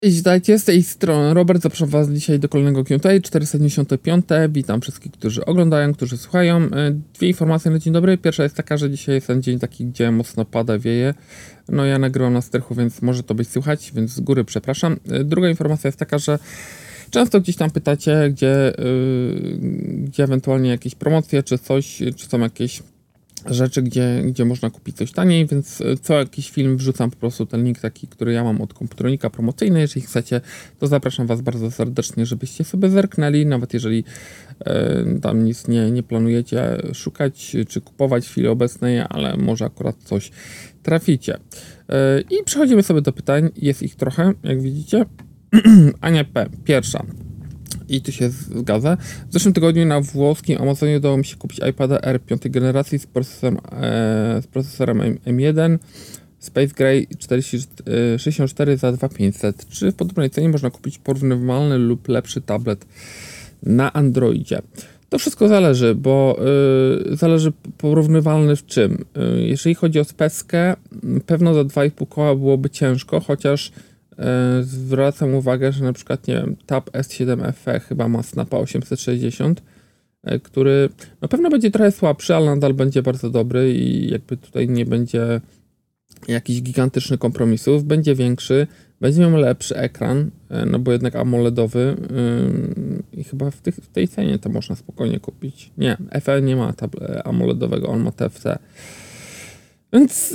Witajcie, z tej strony Robert, zapraszam was dzisiaj do kolejnego Q&A 495. Witam wszystkich, którzy oglądają, którzy słuchają. Dwie informacje na dzień dobry. Pierwsza jest taka, że dzisiaj jest ten dzień taki, gdzie mocno pada, wieje. No ja nagrywam na strychu, więc może to być słychać, więc z góry przepraszam. Druga informacja jest taka, że często gdzieś tam pytacie, gdzie ewentualnie jakieś promocje, czy coś, czy są jakieś rzeczy, gdzie można kupić coś taniej, więc co jakiś film wrzucam po prostu ten link taki, który ja mam od Komputronika promocyjny. Jeżeli chcecie, to zapraszam was bardzo serdecznie, żebyście sobie zerknęli, nawet jeżeli tam nic nie planujecie szukać czy kupować w chwili obecnej, ale może akurat coś traficie. I przechodzimy sobie do pytań, jest ich trochę, jak widzicie. Ania P. Pierwsza. I tu się zgadza. W zeszłym tygodniu na włoskim Amazonie udało mi się kupić iPada Air 5 generacji z procesorem M1 Space Gray 4064 za 2500. Czy w podobnej cenie można kupić porównywalny lub lepszy tablet na Androidzie? To wszystko zależy, bo zależy porównywalny w czym. Jeżeli chodzi o speckę, pewno za 2,5 koła byłoby ciężko, chociaż zwracam uwagę, że na przykład, nie wiem, Tab S7 FE chyba ma Snapa 860, który na pewno będzie trochę słabszy, ale nadal będzie bardzo dobry i jakby tutaj nie będzie jakichś gigantycznych kompromisów, będzie większy, będzie miał lepszy ekran, no bo jednak AMOLEDowy i chyba w tej cenie to można spokojnie kupić. Nie, FE nie ma AMOLEDowego, on ma TFT. Więc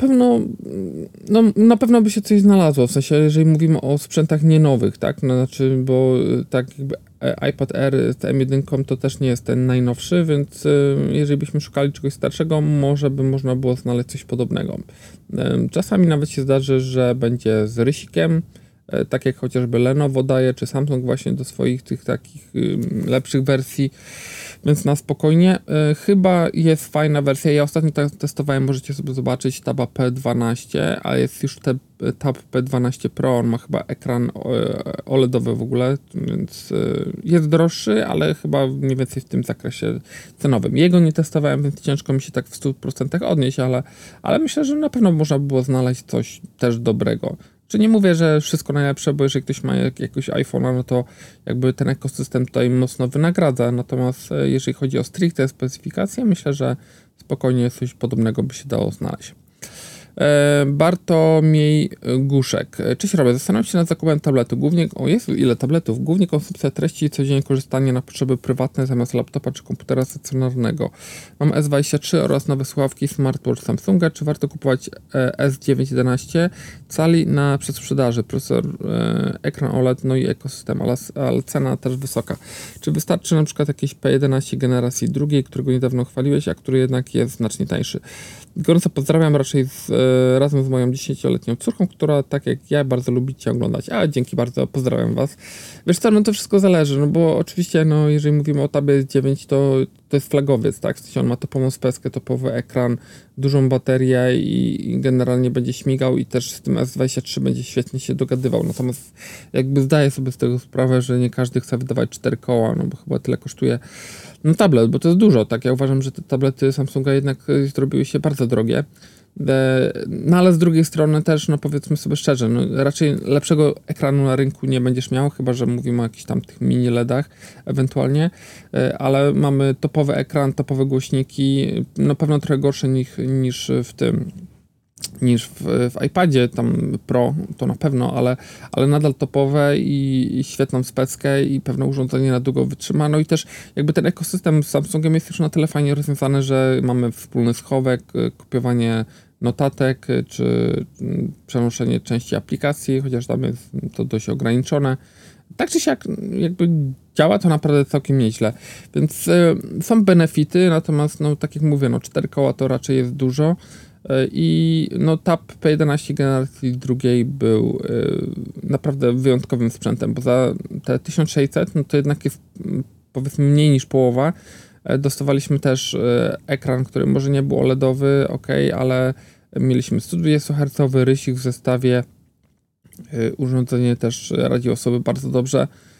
na pewno by się coś znalazło, w sensie, jeżeli mówimy o sprzętach nie nowych, tak, no, znaczy, bo tak jakby iPad Air z M1 to też nie jest ten najnowszy, więc jeżeli byśmy szukali czegoś starszego, może by można było znaleźć coś podobnego. Czasami nawet się zdarzy, że będzie z rysikiem, tak jak chociażby Lenovo daje, czy Samsung właśnie do swoich tych takich lepszych wersji, więc na spokojnie. Chyba jest fajna wersja, ja ostatnio testowałem, możecie sobie zobaczyć, Taba P12, a jest już Tab P12 Pro, on ma chyba ekran OLEDowy w ogóle, więc jest droższy, ale chyba mniej więcej w tym zakresie cenowym. Jego nie testowałem, więc ciężko mi się tak w 100% odnieść, ale myślę, że na pewno można by było znaleźć coś też dobrego. Czy nie mówię, że wszystko najlepsze, bo jeżeli ktoś ma jakiegoś iPhone'a, no to jakby ten ekosystem tutaj mocno wynagradza, natomiast jeżeli chodzi o stricte specyfikacje, myślę, że spokojnie coś podobnego by się dało znaleźć. Bartomiej Guszek. Cześć Robert, zastanawiam się nad zakupem tabletu. Głównie, ile tabletów? Głównie konsumpcja treści i codziennie korzystanie na potrzeby prywatne zamiast laptopa czy komputera stacjonarnego. Mam S23 oraz nowe słuchawki smartwatch Samsunga. Czy warto kupować S9 cali na przedsprzedaży? Procesor, ekran OLED, no i ekosystem, ale cena też wysoka. Czy wystarczy na przykład jakieś P11 generacji drugiej, którego niedawno chwaliłeś, a który jednak jest znacznie tańszy? Gorąco pozdrawiam, raczej razem z moją 10-letnią córką, która tak jak ja bardzo lubi Cię oglądać. A dzięki bardzo, pozdrawiam Was. Wiesz co, no to wszystko zależy, no bo oczywiście, no jeżeli mówimy o Tabie 9, to jest flagowiec, tak? W sensie on ma topową speckę, topowy ekran, dużą baterię i generalnie będzie śmigał i też z tym S23 będzie świetnie się dogadywał. Natomiast jakby zdaję sobie z tego sprawę, że nie każdy chce wydawać 4 koła, no bo chyba tyle kosztuje tablet, bo to jest dużo, tak? Ja uważam, że te tablety Samsunga jednak zrobiły się bardzo drogie. No ale z drugiej strony też, no powiedzmy sobie szczerze, no raczej lepszego ekranu na rynku nie będziesz miał, chyba że mówimy o jakichś tam tych mini LEDach ewentualnie, ale mamy topowy ekran, topowe głośniki, no pewno trochę gorsze niż w tym, niż w iPadzie tam Pro, to na pewno, ale nadal topowe i świetną speckę i pewne urządzenie na długo wytrzyma. No i też jakby ten ekosystem z Samsungiem jest już na tyle fajnie rozwiązany, że mamy wspólny schowek, kopiowanie notatek, czy przenoszenie części aplikacji, chociaż tam jest to dość ograniczone. Tak czy siak jakby działa to naprawdę całkiem nieźle, więc są benefity, natomiast no tak jak mówię, no 4 koła to raczej jest dużo. I no Tab P11 generacji drugiej był naprawdę wyjątkowym sprzętem, bo za te 1600 no to jednak jest powiedzmy mniej niż połowa. Dostawaliśmy też ekran, który może nie był OLEDowy, ale mieliśmy 120 Hz rysik w zestawie. Urządzenie też radziło sobie bardzo dobrze.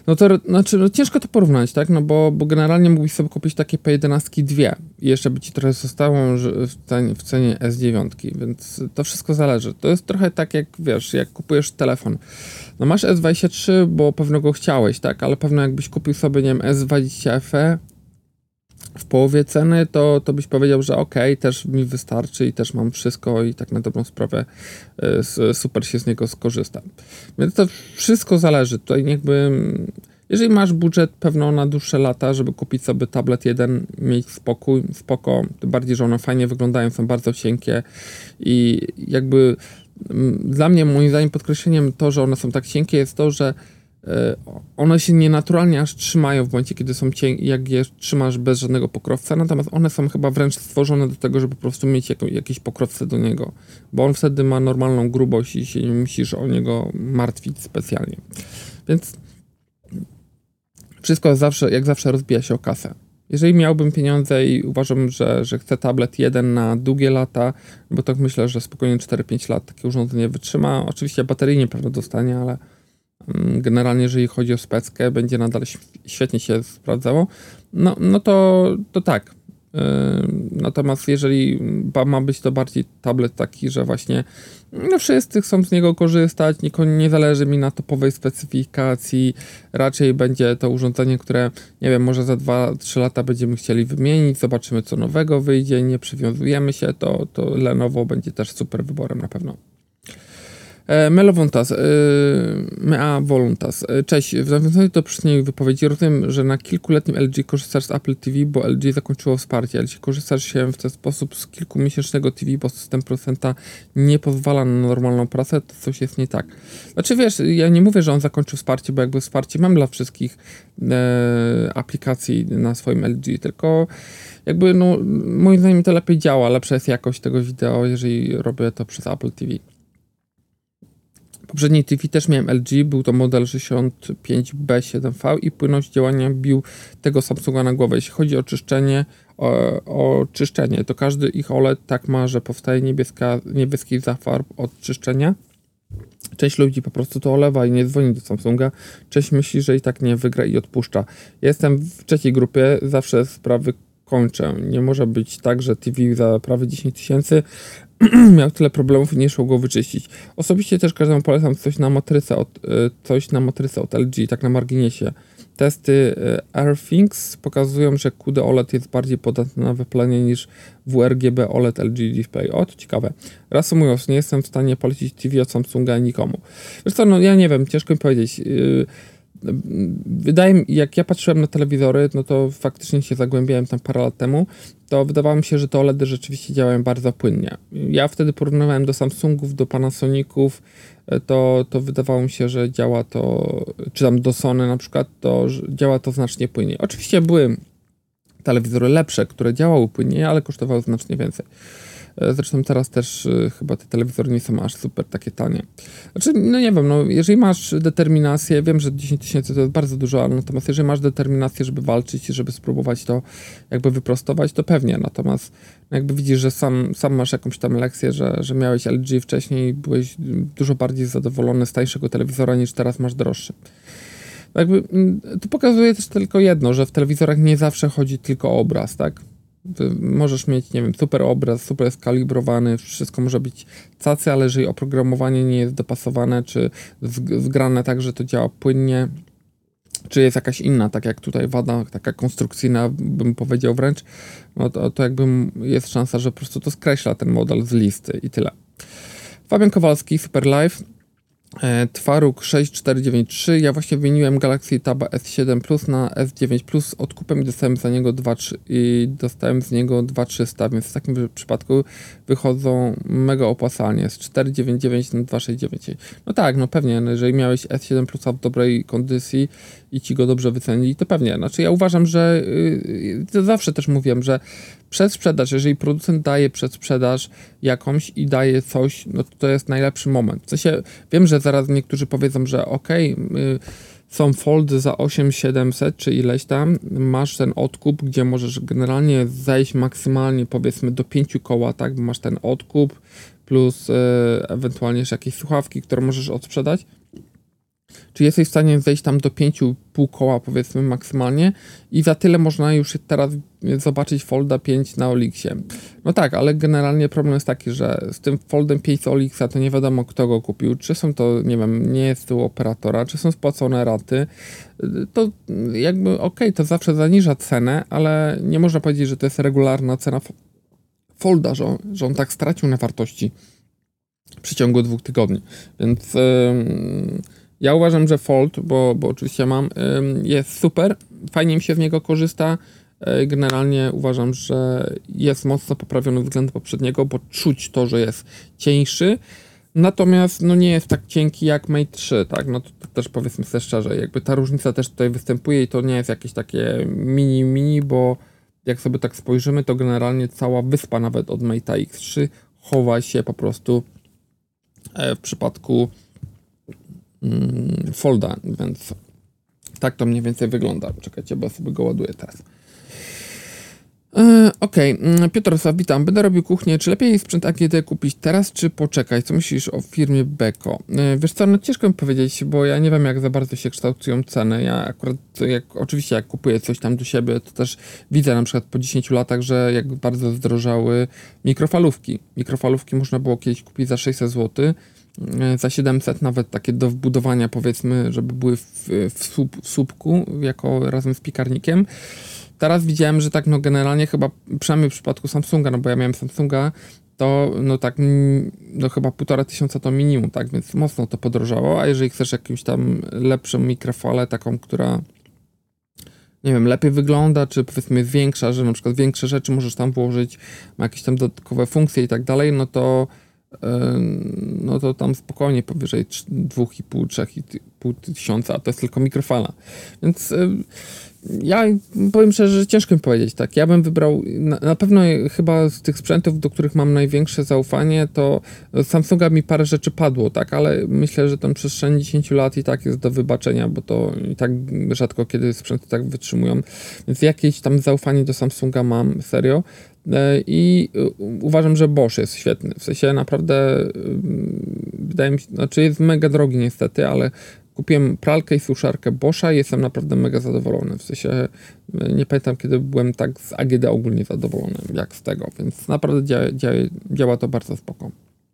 No to znaczy, no ciężko to porównać, tak? No bo generalnie mógłbyś sobie kupić takie P11 dwie i jeszcze by ci trochę zostało w cenie S9, więc to wszystko zależy. To jest trochę tak jak, wiesz, jak kupujesz telefon. No masz S23, bo pewno go chciałeś, tak? Ale pewno jakbyś kupił sobie, nie wiem, S20 FE w połowie ceny, to byś powiedział, że okej, też mi wystarczy i też mam wszystko i tak na dobrą sprawę super się z niego skorzystam. Więc to wszystko zależy. Tutaj jakby, jeżeli masz budżet pewno na dłuższe lata, żeby kupić sobie tablet jeden, mieć spoko, tym bardziej, że one fajnie wyglądają, są bardzo cienkie i jakby dla mnie, moim zdaniem, podkreśleniem to, że one są tak cienkie jest to, że one się nienaturalnie aż trzymają w momencie, kiedy są cienkie, jak je trzymasz bez żadnego pokrowca, natomiast one są chyba wręcz stworzone do tego, żeby po prostu mieć jakieś pokrowce do niego, bo on wtedy ma normalną grubość i się nie musisz o niego martwić specjalnie. Więc wszystko jak zawsze rozbija się o kasę. Jeżeli miałbym pieniądze i uważam, że chcę tablet jeden na długie lata, bo tak myślę, że spokojnie 4-5 lat takie urządzenie wytrzyma. Oczywiście bateryjnie pewno dostanie, ale generalnie jeżeli chodzi o speckę, będzie nadal świetnie się sprawdzało. No to tak. Natomiast jeżeli ma być to bardziej tablet taki, że właśnie no wszyscy chcą z niego korzystać, nie zależy mi na topowej specyfikacji, raczej będzie to urządzenie, które, nie wiem, może za 2-3 lata będziemy chcieli wymienić, zobaczymy co nowego wyjdzie, nie przywiązujemy się, to Lenovo będzie też super wyborem na pewno. Mea Voluntas. Cześć, w nawiązaniu do poprzedniej wypowiedzi rozumiem, że na kilkuletnim LG korzystasz z Apple TV, bo LG zakończyło wsparcie. LG korzystasz się w ten sposób z kilkumiesięcznego TV, bo system producenta nie pozwala na normalną pracę, to coś jest nie tak. Znaczy wiesz, ja nie mówię, że on zakończył wsparcie, bo jakby wsparcie mam dla wszystkich aplikacji na swoim LG, tylko jakby no moim zdaniem to lepiej działa, lepsza jest jakość tego wideo, jeżeli robię to przez Apple TV. Poprzedniej TV też miałem LG, był to model 65B7V i płynność działania bił tego Samsunga na głowę. Jeśli chodzi o czyszczenie, to każdy ich OLED tak ma, że powstaje niebieski zafarb od czyszczenia. Część ludzi po prostu to olewa i nie dzwoni do Samsunga. Część myśli, że i tak nie wygra i odpuszcza. Ja jestem w trzeciej grupie, zawsze sprawy kończę. Nie może być tak, że TV za prawie 10 000 miał tyle problemów i nie szło go wyczyścić. Osobiście też każdemu polecam coś na matrycę od LG, tak na marginesie. Testy Airthings pokazują, że QD OLED jest bardziej podatny na wypalenie niż WRGB OLED LG Display. O, to ciekawe. Reasumując, nie jestem w stanie polecić TV od Samsunga nikomu. Wiesz co, no ja nie wiem, ciężko mi powiedzieć. Wydaje mi, jak ja patrzyłem na telewizory, no to faktycznie się zagłębiałem tam parę lat temu, to wydawało mi się, że te OLEDy rzeczywiście działają bardzo płynnie. Ja wtedy porównywałem do Samsungów, do Panasoników, to wydawało mi się, że działa to, czy tam do Sony na przykład, to działa to znacznie płynniej. Oczywiście były telewizory lepsze, które działały płynniej, ale kosztowały znacznie więcej. Zresztą teraz też chyba te telewizory nie są aż super takie tanie. Znaczy, no nie wiem, no jeżeli masz determinację, wiem, że 10 000 to jest bardzo dużo, ale natomiast jeżeli masz determinację, żeby walczyć i żeby spróbować to jakby wyprostować, to pewnie. Natomiast jakby widzisz, że sam masz jakąś tam lekcję, że miałeś LG wcześniej i byłeś dużo bardziej zadowolony z tańszego telewizora niż teraz masz droższy. Jakby to pokazuje też tylko jedno, że w telewizorach nie zawsze chodzi tylko o obraz, tak? Możesz mieć, nie wiem, super obraz, super skalibrowany, wszystko może być cacy, ale jeżeli oprogramowanie nie jest dopasowane, czy zgrane tak, że to działa płynnie, czy jest jakaś inna, tak jak tutaj wada, taka konstrukcyjna, bym powiedział wręcz, no to jakby jest szansa, że po prostu to skreśla ten model z listy i tyle. Fabian Kowalski, Super Live. Twaruk 6493. Ja właśnie wymieniłem Galaxy Tab S7 Plus na S9 Plus odkupem i dostałem z niego 2300, więc w takim przypadku wychodzą mega opłacalnie z 499 na 269. No tak, no pewnie, jeżeli miałeś S7 Plusa w dobrej kondycji i ci go dobrze wycenili, to pewnie. Znaczy ja uważam, że zawsze też mówiłem, że przedsprzedaż, jeżeli producent daje przedsprzedaż jakąś i daje coś, no to jest najlepszy moment. W sensie, wiem, że zaraz niektórzy powiedzą, że są foldy za 8700 czy ileś tam, masz ten odkup, gdzie możesz generalnie zejść maksymalnie powiedzmy do 5 koła, tak, bo masz ten odkup plus ewentualnie jeszcze jakieś słuchawki, które możesz odsprzedać. Czy jesteś w stanie zejść tam do 5,5 koła powiedzmy maksymalnie i za tyle można już teraz zobaczyć Folda 5 na Olixie. No tak, ale generalnie problem jest taki, że z tym Foldem 5 z Olixa to nie wiadomo kto go kupił, czy są to, nie wiem, nie jest tu operatora, czy są spłacone raty, to jakby okej, to zawsze zaniża cenę, ale nie można powiedzieć, że to jest regularna cena Folda, że on tak stracił na wartości w przeciągu 2 tygodni, więc ja uważam, że Fold, bo oczywiście mam, jest super, fajnie mi się z niego korzysta. Generalnie uważam, że jest mocno poprawiony względem poprzedniego, bo czuć to, że jest cieńszy. Natomiast no nie jest tak cienki jak Mate 3, tak? No to też powiedzmy sobie szczerze, jakby ta różnica też tutaj występuje i to nie jest jakieś takie mini, bo jak sobie tak spojrzymy, to generalnie cała wyspa nawet od Mate'a X3 chowa się po prostu w przypadku Folda, więc tak to mniej więcej wygląda. Czekajcie, bo ja sobie go ładuję teraz. Okej, Piotr, witam. Będę robił kuchnię. Czy lepiej sprzęt AGD kupić teraz, czy poczekać? Co myślisz o firmie Beko? Wiesz co, no ciężko mi powiedzieć, bo ja nie wiem, jak za bardzo się kształtują ceny. Ja akurat, oczywiście jak kupuję coś tam do siebie, to też widzę na przykład po 10 latach, że jak bardzo zdrożały mikrofalówki. Mikrofalówki można było kiedyś kupić za 600 zł, za 700 nawet takie do wbudowania powiedzmy, żeby były w słupku, jako razem z piekarnikiem. Teraz widziałem, że tak no generalnie chyba, przynajmniej w przypadku Samsunga, no bo ja miałem Samsunga, to no tak, no chyba 1500 to minimum, tak, więc mocno to podrożało, a jeżeli chcesz jakąś tam lepszą mikrofalę, taką, która nie wiem, lepiej wygląda, czy powiedzmy jest większa, że na przykład większe rzeczy możesz tam włożyć, ma jakieś tam dodatkowe funkcje i tak dalej, no to tam spokojnie powyżej 2,5-3,5 tysiąca, a to jest tylko mikrofala. Więc ja powiem szczerze, że ciężko mi powiedzieć, tak. Ja bym wybrał, na pewno chyba z tych sprzętów, do których mam największe zaufanie, to Samsunga mi parę rzeczy padło, tak, ale myślę, że ten przestrzeń 10 lat i tak jest do wybaczenia, bo to i tak rzadko kiedy sprzęty tak wytrzymują. Więc jakieś tam zaufanie do Samsunga mam, serio. I uważam, że Bosch jest świetny. W sensie naprawdę wydaje mi się, znaczy jest mega drogi niestety, ale kupiłem pralkę i suszarkę Boscha i jestem naprawdę mega zadowolony. W sensie nie pamiętam, kiedy byłem tak z AGD ogólnie zadowolony jak z tego, więc naprawdę działa to bardzo spoko.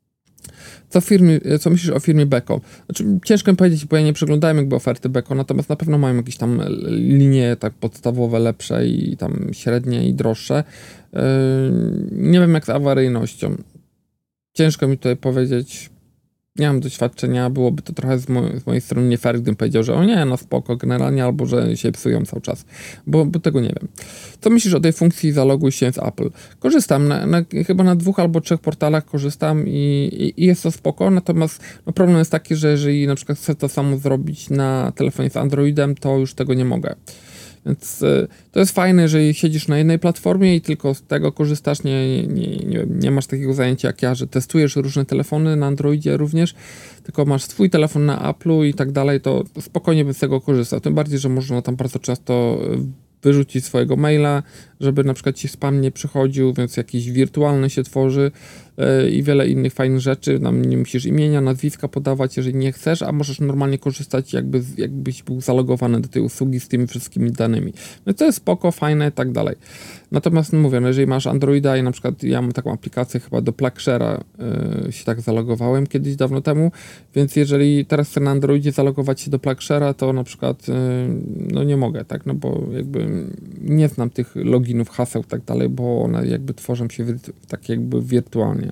Co myślisz o firmie Beko? Znaczy, ciężko mi powiedzieć, bo ja nie przeglądałem jakby oferty Beko, natomiast na pewno mają jakieś tam linie tak podstawowe, lepsze i tam średnie i droższe. Nie wiem jak z awaryjnością. Ciężko mi tutaj powiedzieć. Nie mam doświadczenia, byłoby to trochę z mojej strony nie fair, gdybym powiedział, że o nie, no spoko generalnie, albo że się psują cały czas, bo tego nie wiem. Co myślisz o tej funkcji zaloguj się z Apple? Korzystam, chyba na 2 albo 3 portalach korzystam i jest to spoko, natomiast no, problem jest taki, że jeżeli na przykład chcę to samo zrobić na telefonie z Androidem, to już tego nie mogę. Więc to jest fajne, jeżeli siedzisz na jednej platformie i tylko z tego korzystasz, nie masz takiego zajęcia jak ja, że testujesz różne telefony na Androidzie również, tylko masz swój telefon na Apple'u i tak dalej, to spokojnie bym z tego korzystał. Tym bardziej, że można tam bardzo często wyrzucić swojego maila, żeby na przykład ci spam nie przychodził, więc jakiś wirtualny się tworzy i wiele innych fajnych rzeczy. Tam nie musisz imienia, nazwiska podawać, jeżeli nie chcesz, a możesz normalnie korzystać jakbyś był zalogowany do tej usługi z tymi wszystkimi danymi. No to jest spoko, fajne i tak dalej. Natomiast no mówię, no jeżeli masz Androida i na przykład ja mam taką aplikację chyba do Plugshare'a się tak zalogowałem kiedyś dawno temu, więc jeżeli teraz chcę na Androidzie zalogować się do Plugshare'a, to na przykład no nie mogę, tak, no bo jakby nie znam tych loginów, haseł i tak dalej, bo one jakby tworzą się tak jakby wirtualnie.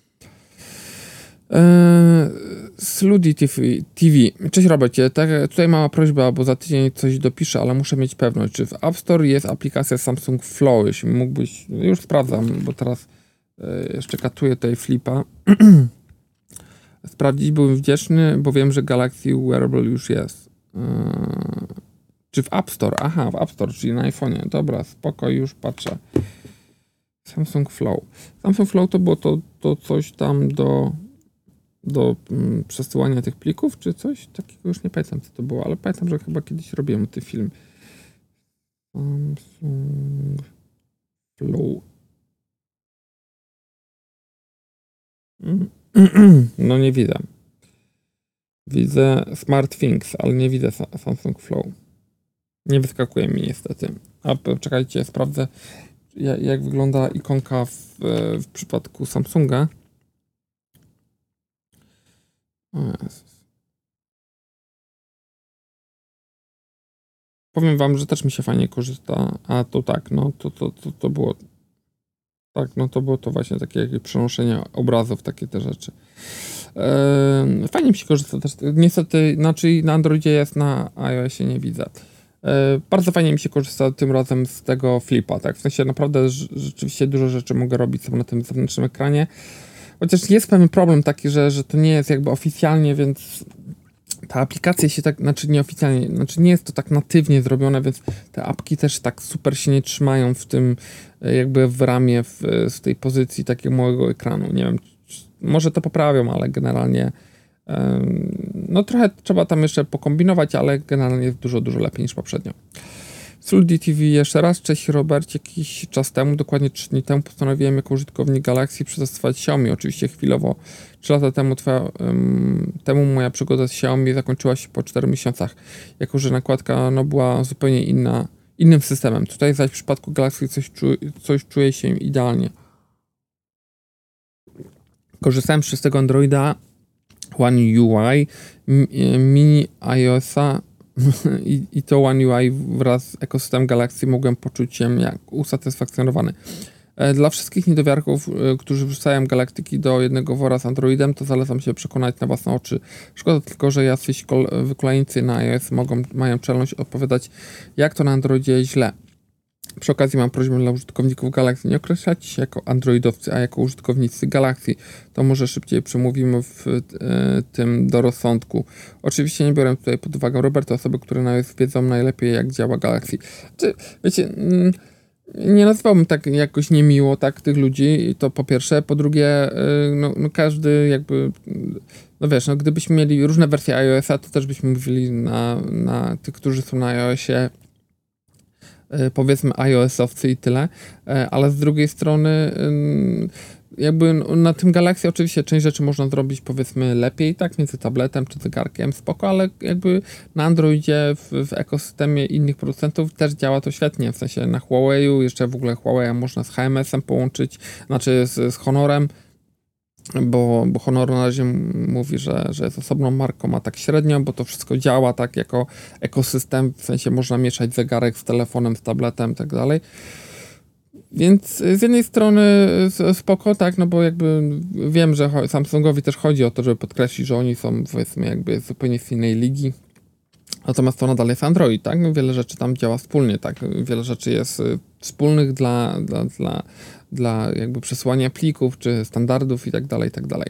Sludi TV. Cześć Robercie, tutaj mała prośba, bo za tydzień coś dopiszę, ale muszę mieć pewność, czy w App Store jest aplikacja Samsung Flow, jeśli mógłbyś, już sprawdzam, bo teraz jeszcze katuję tutaj flipa. Sprawdzić, byłem wdzięczny, bo wiem, że Galaxy Wearable już jest. Czy w App Store? Aha, w App Store, czyli na iPhone'ie. Dobra, spoko, już patrzę. Samsung Flow. Samsung Flow to było to coś tam do przesyłania tych plików, czy coś takiego, już nie pamiętam co to było, ale pamiętam, że chyba kiedyś robiłem ten film. Samsung Flow. No nie widzę. Widzę SmartThings, ale nie widzę Samsung Flow. Nie wyskakuje mi niestety. A czekajcie, sprawdzę jak wygląda ikonka w przypadku Samsunga. O Jezus. Powiem wam, że też mi się fajnie korzysta. A to tak, no to było. Tak, no to było to właśnie takie przenoszenie obrazów, takie te rzeczy. Fajnie mi się korzysta też. Niestety, znaczy na Androidzie jest, na iOSie nie widzę. Bardzo fajnie mi się korzysta tym razem z tego flipa, tak? W sensie naprawdę rzeczywiście dużo rzeczy mogę robić sobie na tym zewnętrznym ekranie. Chociaż jest pewien problem taki, że to nie jest jakby oficjalnie, więc ta aplikacja się tak, znaczy nieoficjalnie, znaczy nie jest to tak natywnie zrobione, więc te apki też tak super się nie trzymają w tym, jakby w ramie, z tej pozycji takiego małego ekranu. Nie wiem, może to poprawią, ale generalnie no trochę trzeba tam jeszcze pokombinować, ale generalnie jest dużo, dużo lepiej niż poprzednio. Suldi TV jeszcze raz. Cześć Robert, jakiś czas temu, dokładnie 3 dni temu postanowiłem jako użytkownik Galaxy przetestować Xiaomi. Oczywiście chwilowo 3 lata temu moja przygoda z Xiaomi zakończyła się po 4 miesiącach, jako że nakładka była zupełnie innym systemem. Tutaj zaś w przypadku Galaxy coś czuje się idealnie. Korzystałem z tego Androida One UI, mini iOS-a i to One UI wraz z ekosystemem Galaxy mogłem poczuć się jak usatysfakcjonowany. Dla wszystkich niedowiarków, którzy wrzucają galaktyki do jednego wora z Androidem, to zalecam się przekonać na własne oczy. Szkoda tylko, że jacyś wykolejnicy na iOS mają czelność odpowiadać, jak to na Androidzie źle. Przy okazji mam prośbę dla użytkowników Galaxy, nie określać się jako androidowcy, a jako użytkownicy Galaxy. To może szybciej przemówimy w tym do rozsądku. Oczywiście nie biorę tutaj pod uwagę Roberta, osoby, które na iOS wiedzą najlepiej, jak działa Galaxy. Wiecie, nie nazywałbym tak jakoś niemiło tak tych ludzi, to po pierwsze. Po drugie, każdy jakby, no wiesz, gdybyśmy mieli różne wersje iOS-a, to też byśmy mówili na tych, którzy są na iOSie, powiedzmy iOS-owcy i tyle, ale z drugiej strony jakby na tym Galaxy oczywiście część rzeczy można zrobić powiedzmy lepiej, tak, między tabletem czy zegarkiem, spoko, ale jakby na Androidzie w ekosystemie innych producentów też działa to świetnie, w sensie na Huawei'u, jeszcze w ogóle Huawei można z HMS-em połączyć, znaczy z Honorem, bo Honor na razie mówi, że jest osobną marką, a tak średnio, bo to wszystko działa tak jako ekosystem, w sensie można mieszać zegarek z telefonem, z tabletem i tak dalej. Więc z jednej strony spoko, tak, no bo jakby wiem, że Samsungowi też chodzi o to, żeby podkreślić, że oni są powiedzmy jakby zupełnie z innej ligi. Natomiast to nadal jest Android, tak? Wiele rzeczy tam działa wspólnie, tak? Wiele rzeczy jest wspólnych dla jakby przesyłania plików, czy standardów i tak dalej, i tak dalej.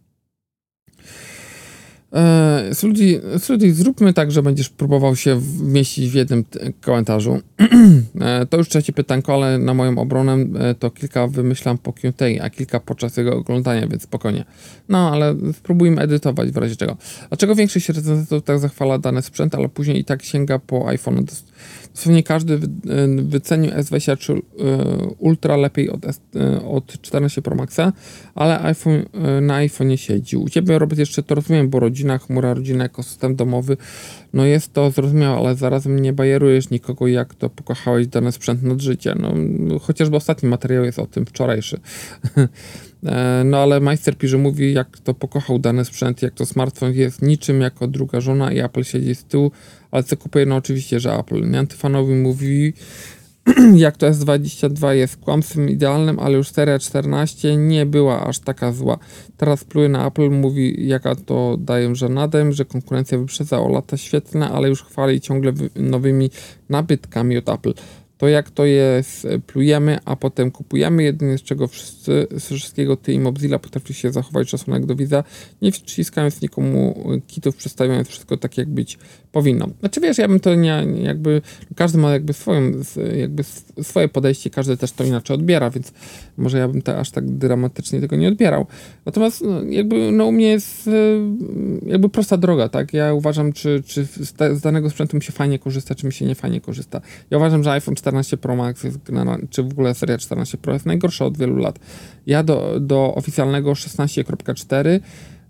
Sludzi, zróbmy tak, że będziesz próbował się wmieścić w jednym komentarzu. To już trzecie pytanko, ale na moją obronę to kilka wymyślam po Q&A, a kilka podczas jego oglądania, więc spokojnie. No, ale spróbujmy edytować w razie czego. Dlaczego większość recenzentów tak zachwala dany sprzęt, ale później i tak sięga po iPhone? Dosłownie każdy wycenił S23 Ultra lepiej od 14 Pro Maxa, ale na iPhone'ie siedzi. U Ciebie, Robert, jeszcze to rozumiem, bo rodzina, chmura, rodzina, ekosystem domowy, no jest to zrozumiałe, ale zarazem nie bajerujesz nikogo, jak to pokochałeś dany sprzęt nad życie. No, chociażby ostatni materiał jest o tym, wczorajszy. No ale Majster pisze, mówi, jak to pokochał dany sprzęt, jak to smartfon jest niczym jako druga żona i Apple siedzi z tyłu, ale co kupuje? No oczywiście, że Apple. Antyfanowi mówi, jak to S22 jest kłamstwem idealnym, ale już seria 14 nie była aż taka zła. Teraz pluje na Apple, mówi, jaka to dają żenadę, że konkurencja wyprzedza o lata świetne, ale już chwali ciągle nowymi nabytkami od Apple. To jak to jest, plujemy, a potem kupujemy, jedynie z czego wszystkiego ty i Mozilla potrafi się zachować szacunek do widza, nie wciskając nikomu kitów, przedstawiając wszystko tak, jak być powinno. Znaczy wiesz, ja bym to nie, jakby, każdy ma jakby swoje podejście, każdy też to inaczej odbiera, więc może ja bym aż tak dramatycznie tego nie odbierał. Natomiast u mnie jest jakby prosta droga, tak? Ja uważam, czy z danego sprzętu mi się fajnie korzysta, czy mi się nie fajnie korzysta. Ja uważam, że iPhone 14 Pro Max jest czy w ogóle seria 14 Pro jest najgorsza od wielu lat. Ja do oficjalnego 16.4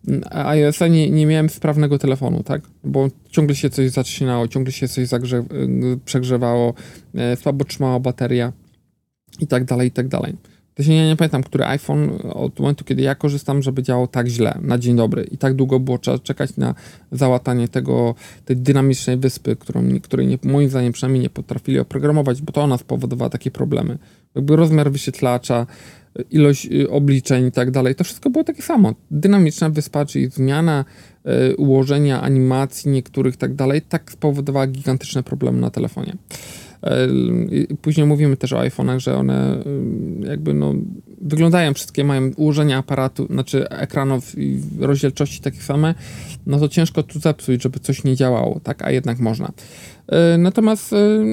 iOS-a nie miałem sprawnego telefonu, tak? Bo ciągle się coś zaczynało, ciągle się coś przegrzewało, słabo trzymała bateria i tak dalej, i tak dalej. To się nie pamiętam, który iPhone od momentu, kiedy ja korzystam, żeby działał tak źle, na dzień dobry. I tak długo było trzeba czekać na załatanie tej dynamicznej wyspy, której moim zdaniem przynajmniej nie potrafili oprogramować, bo to ona spowodowała takie problemy. Jakby rozmiar wyświetlacza, ilość obliczeń i tak dalej, to wszystko było takie samo. Dynamiczna wyspa, czyli zmiana ułożenia animacji niektórych i tak dalej, tak spowodowała gigantyczne problemy na telefonie. Później mówimy też o iPhone'ach, że one jakby wyglądają wszystkie, mają ułożenia aparatu, znaczy ekranów i rozdzielczości takie same, no to ciężko tu zepsuć, żeby coś nie działało, tak, a jednak można. Natomiast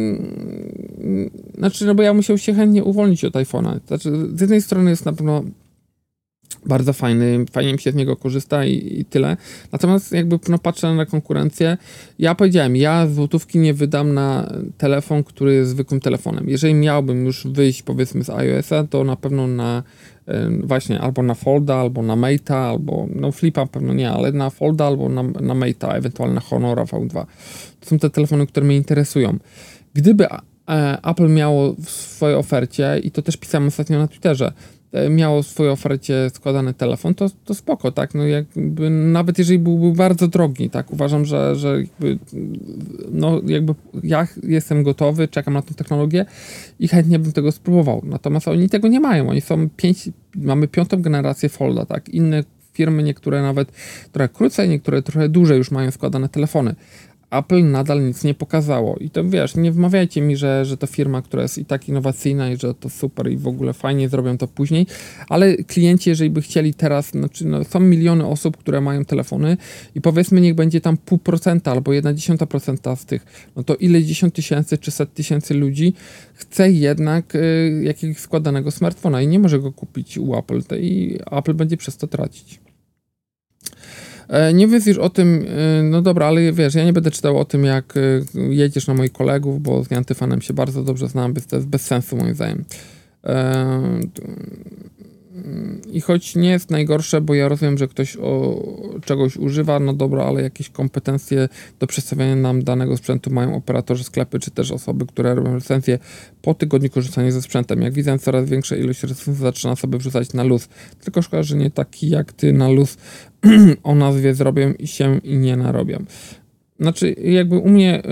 bo ja musiał się chętnie uwolnić od iPhone'a. Znaczy, z jednej strony jest na pewno bardzo fajny, fajnie mi się z niego korzysta i tyle. Natomiast jakby patrzę na konkurencję, ja powiedziałem, ja złotówki nie wydam na telefon, który jest zwykłym telefonem. Jeżeli miałbym już wyjść powiedzmy z iOS-a, to na pewno na właśnie albo na Folda, albo na Mate'a, albo Flipa pewno nie, ale na Folda albo na Mate'a, ewentualnie na Honora V2. To są te telefony, które mnie interesują. Gdyby Apple miało w swojej ofercie, i to też pisałem ostatnio na Twitterze, miało w swojej ofercie składany telefon, to spoko, tak, jakby nawet jeżeli byłby bardzo drogi, tak, uważam, że jakby ja jestem gotowy, czekam na tę technologię i chętnie bym tego spróbował, natomiast oni tego nie mają, mamy 5. generację Folda, tak, inne firmy, niektóre nawet trochę krócej, niektóre trochę dłużej już mają składane telefony. Apple nadal nic nie pokazało. I to wiesz, nie wmawiajcie mi, że to firma, która jest i tak innowacyjna i że to super i w ogóle fajnie zrobią to później, ale klienci, jeżeli by chcieli teraz, są miliony osób, które mają telefony i powiedzmy niech będzie tam 0,5% albo 0,1% z tych, no to ile 10 tysięcy czy 100 tysięcy ludzi chce jednak jakiegoś składanego smartfona i nie może go kupić u Apple i Apple będzie przez to tracić. Nie wiesz już o tym, no dobra, ale wiesz, ja nie będę czytał o tym, jak jedziesz na moich kolegów, bo z Antyfanem się bardzo dobrze znam, więc to jest bez sensu moim zdaniem. I choć nie jest najgorsze, bo ja rozumiem, że ktoś czegoś używa, no dobra, ale jakieś kompetencje do przedstawiania nam danego sprzętu mają operatorzy sklepy, czy też osoby, które robią recenzje po tygodniu korzystania ze sprzętem. Jak widzę, coraz większa ilość recenzji zaczyna sobie wrzucać na luz. Tylko szkoda, że nie taki jak ty na luz o nazwie zrobią i nie narobią. Znaczy, jakby u mnie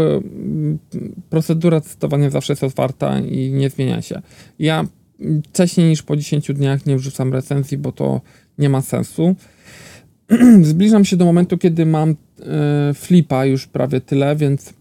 procedura testowania zawsze jest otwarta i nie zmienia się. Ja wcześniej niż po 10 dniach nie wrzucam recenzji, bo to nie ma sensu. Zbliżam się do momentu, kiedy mam Flipa już prawie tyle, więc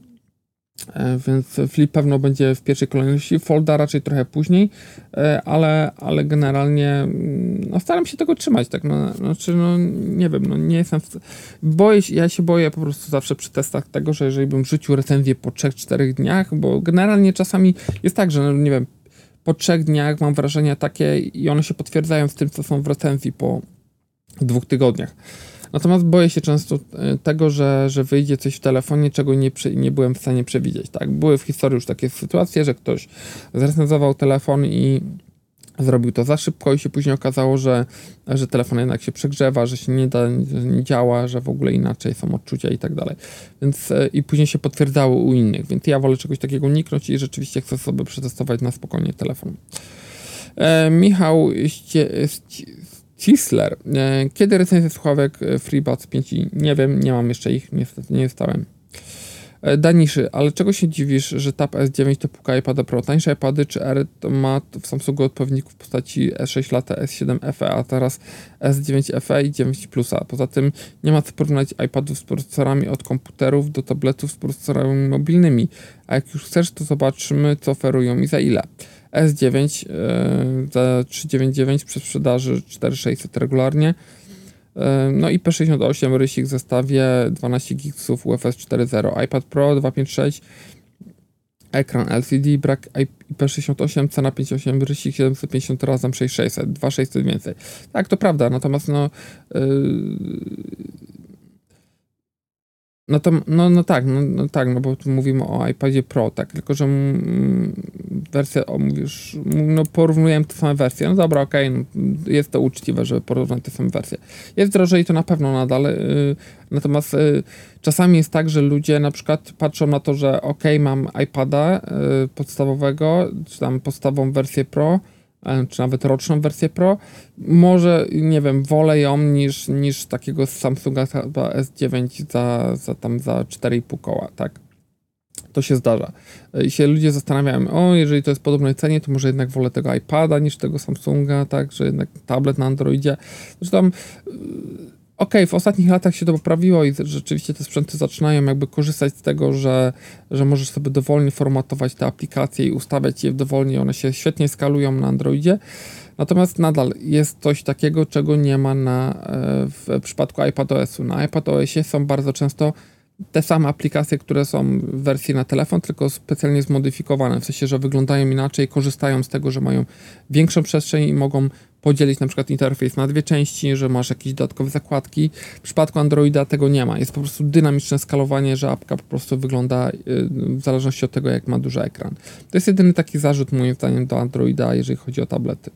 Flip pewno będzie w pierwszej kolejności, Folda raczej trochę później, ale generalnie staram się tego trzymać, tak, nie wiem, nie jestem, ja się boję po prostu zawsze przy testach tego, że jeżeli bym rzucił recenzję po 3-4 dniach, bo generalnie czasami jest tak, że nie wiem, po 3 dniach mam wrażenia takie i one się potwierdzają z tym, co są w recenzji po 2 tygodniach. Natomiast boję się często tego, że wyjdzie coś w telefonie, czego nie byłem w stanie przewidzieć. Tak? Były w historii już takie sytuacje, że ktoś zrecenzował telefon i zrobił to za szybko i się później okazało, że telefon jednak się przegrzewa, że się nie działa, że w ogóle inaczej są odczucia i tak dalej. Więc i później się potwierdzało u innych, więc ja wolę czegoś takiego uniknąć i rzeczywiście chcę sobie przetestować na spokojnie telefon. Michał Cisler. Kiedy recenzja słuchawek FreeBuds 5? Nie wiem, nie mam jeszcze ich, niestety nie dostałem. Daniszy, ale czego się dziwisz, że Tab S9 to półka iPada Pro? Tańsze iPady czy R to ma w Samsungu odpowiedników w postaci S6 Lite, S7 FE, a teraz S9 FE i 9 Plusa. Poza tym nie ma co porównać iPadów z procesorami od komputerów do tabletów z procesorami mobilnymi. A jak już chcesz, to zobaczymy, co oferują i za ile. S9 za 399 przy sprzedaży 4600 regularnie. No i P68 rysik w zestawie 12 GB UFS 4.0, iPad Pro 256, ekran LCD, brak IP68, cena 58, rysik 750 razem 6600, 2600 więcej. Tak, to prawda, natomiast No bo tu mówimy o iPadzie Pro, tak, tylko że wersja, mówisz, no porównujemy te same wersje, no dobra, okej, no, jest to uczciwe, żeby porównać te same wersje. Jest drożej, to na pewno nadal, natomiast czasami jest tak, że ludzie na przykład patrzą na to, że mam iPada podstawowego, czy tam podstawową wersję Pro, czy nawet roczną wersję Pro, może, nie wiem, wolę ją niż takiego Samsunga S9 za 4,5 koła, tak? To się zdarza. I się ludzie zastanawiają, jeżeli to jest w podobnej cenie, to może jednak wolę tego iPada niż tego Samsunga, tak? Że jednak tablet na Androidzie. Zresztą w ostatnich latach się to poprawiło i rzeczywiście te sprzęty zaczynają jakby korzystać z tego, że możesz sobie dowolnie formatować te aplikacje i ustawiać je dowolnie, one się świetnie skalują na Androidzie. Natomiast nadal jest coś takiego, czego nie ma w przypadku iPadOS-u. Na iPadOS-ie są bardzo często te same aplikacje, które są w wersji na telefon, tylko specjalnie zmodyfikowane, w sensie, że wyglądają inaczej, korzystają z tego, że mają większą przestrzeń i mogą podzielić na przykład interfejs na dwie części, że masz jakieś dodatkowe zakładki. W przypadku Androida tego nie ma. Jest po prostu dynamiczne skalowanie, że apka po prostu wygląda w zależności od tego, jak ma duży ekran. To jest jedyny taki zarzut moim zdaniem do Androida, jeżeli chodzi o tablety.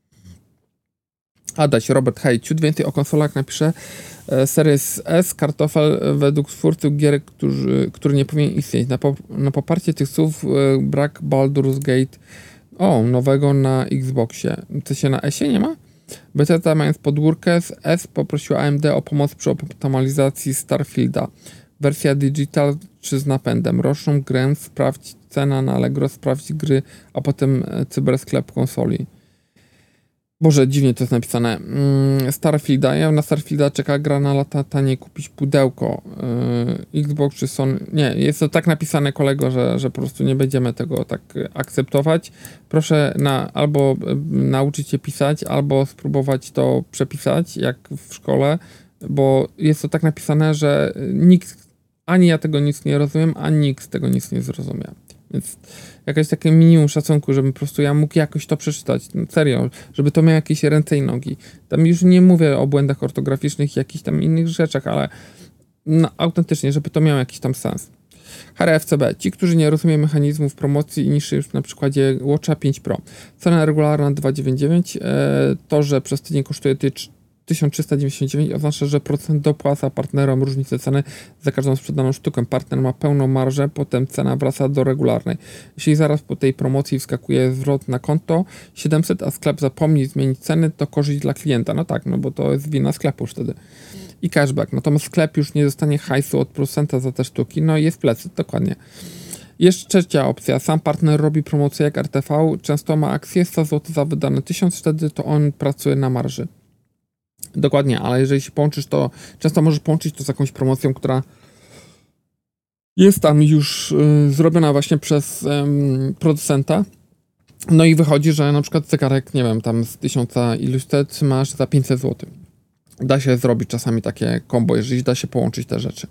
Adaś, Robert, hej, ciut więcej o konsolach napisze. Series S, kartofel według twórców gier, który nie powinien istnieć. Na poparcie tych słów brak Baldur's Gate nowego na Xboxie. To się na S-ie nie ma? Bethesda, mając podgórkę z S, poprosiła AMD o pomoc przy optymalizacji Starfielda. Wersja digital czy z napędem. Roczną grę, sprawdź cena na Allegro, sprawdź gry, a potem cybersklep konsoli. Boże, dziwnie to jest napisane. Na Starfielda czeka gra na lata taniej kupić pudełko. Xbox czy Sony. Nie, jest to tak napisane, kolego, że po prostu nie będziemy tego tak akceptować. Proszę albo nauczyć się pisać, albo spróbować to przepisać, jak w szkole, bo jest to tak napisane, że ani ja tego nic nie rozumiem, ani nikt tego nic nie zrozumie. Więc jakieś takie minimum szacunku, żebym po prostu ja mógł jakoś to przeczytać. No serio, żeby to miało jakieś ręce i nogi. Tam już nie mówię o błędach ortograficznych i jakichś tam innych rzeczach, ale autentycznie, żeby to miało jakiś tam sens. HRFCB. Ci, którzy nie rozumieją mechanizmów promocji i niższej już na przykładzie Watcha 5 Pro. Cena regularna 299. To, że przez tydzień kosztuje 1399 oznacza, że producent dopłaca partnerom różnicę ceny za każdą sprzedaną sztukę. Partner ma pełną marżę, potem cena wraca do regularnej. Jeśli zaraz po tej promocji wskakuje zwrot na konto 700, a sklep zapomni zmienić ceny, to korzyść dla klienta. No tak, bo to jest wina sklepu już wtedy. I cashback. Natomiast sklep już nie dostanie hajsu od producenta za te sztuki. No i jest plecy, dokładnie. Jeszcze trzecia opcja. Sam partner robi promocję jak RTV. Często ma akcję 100 zł za wydane 1000, wtedy to on pracuje na marży. Dokładnie, ale jeżeli się połączysz, to często możesz połączyć to z jakąś promocją, która jest tam już zrobiona właśnie przez producenta. No i wychodzi, że na przykład zegarek, nie wiem, tam z 1000 iluś masz za 500 zł. Da się zrobić czasami takie combo, jeżeli da się połączyć te rzeczy.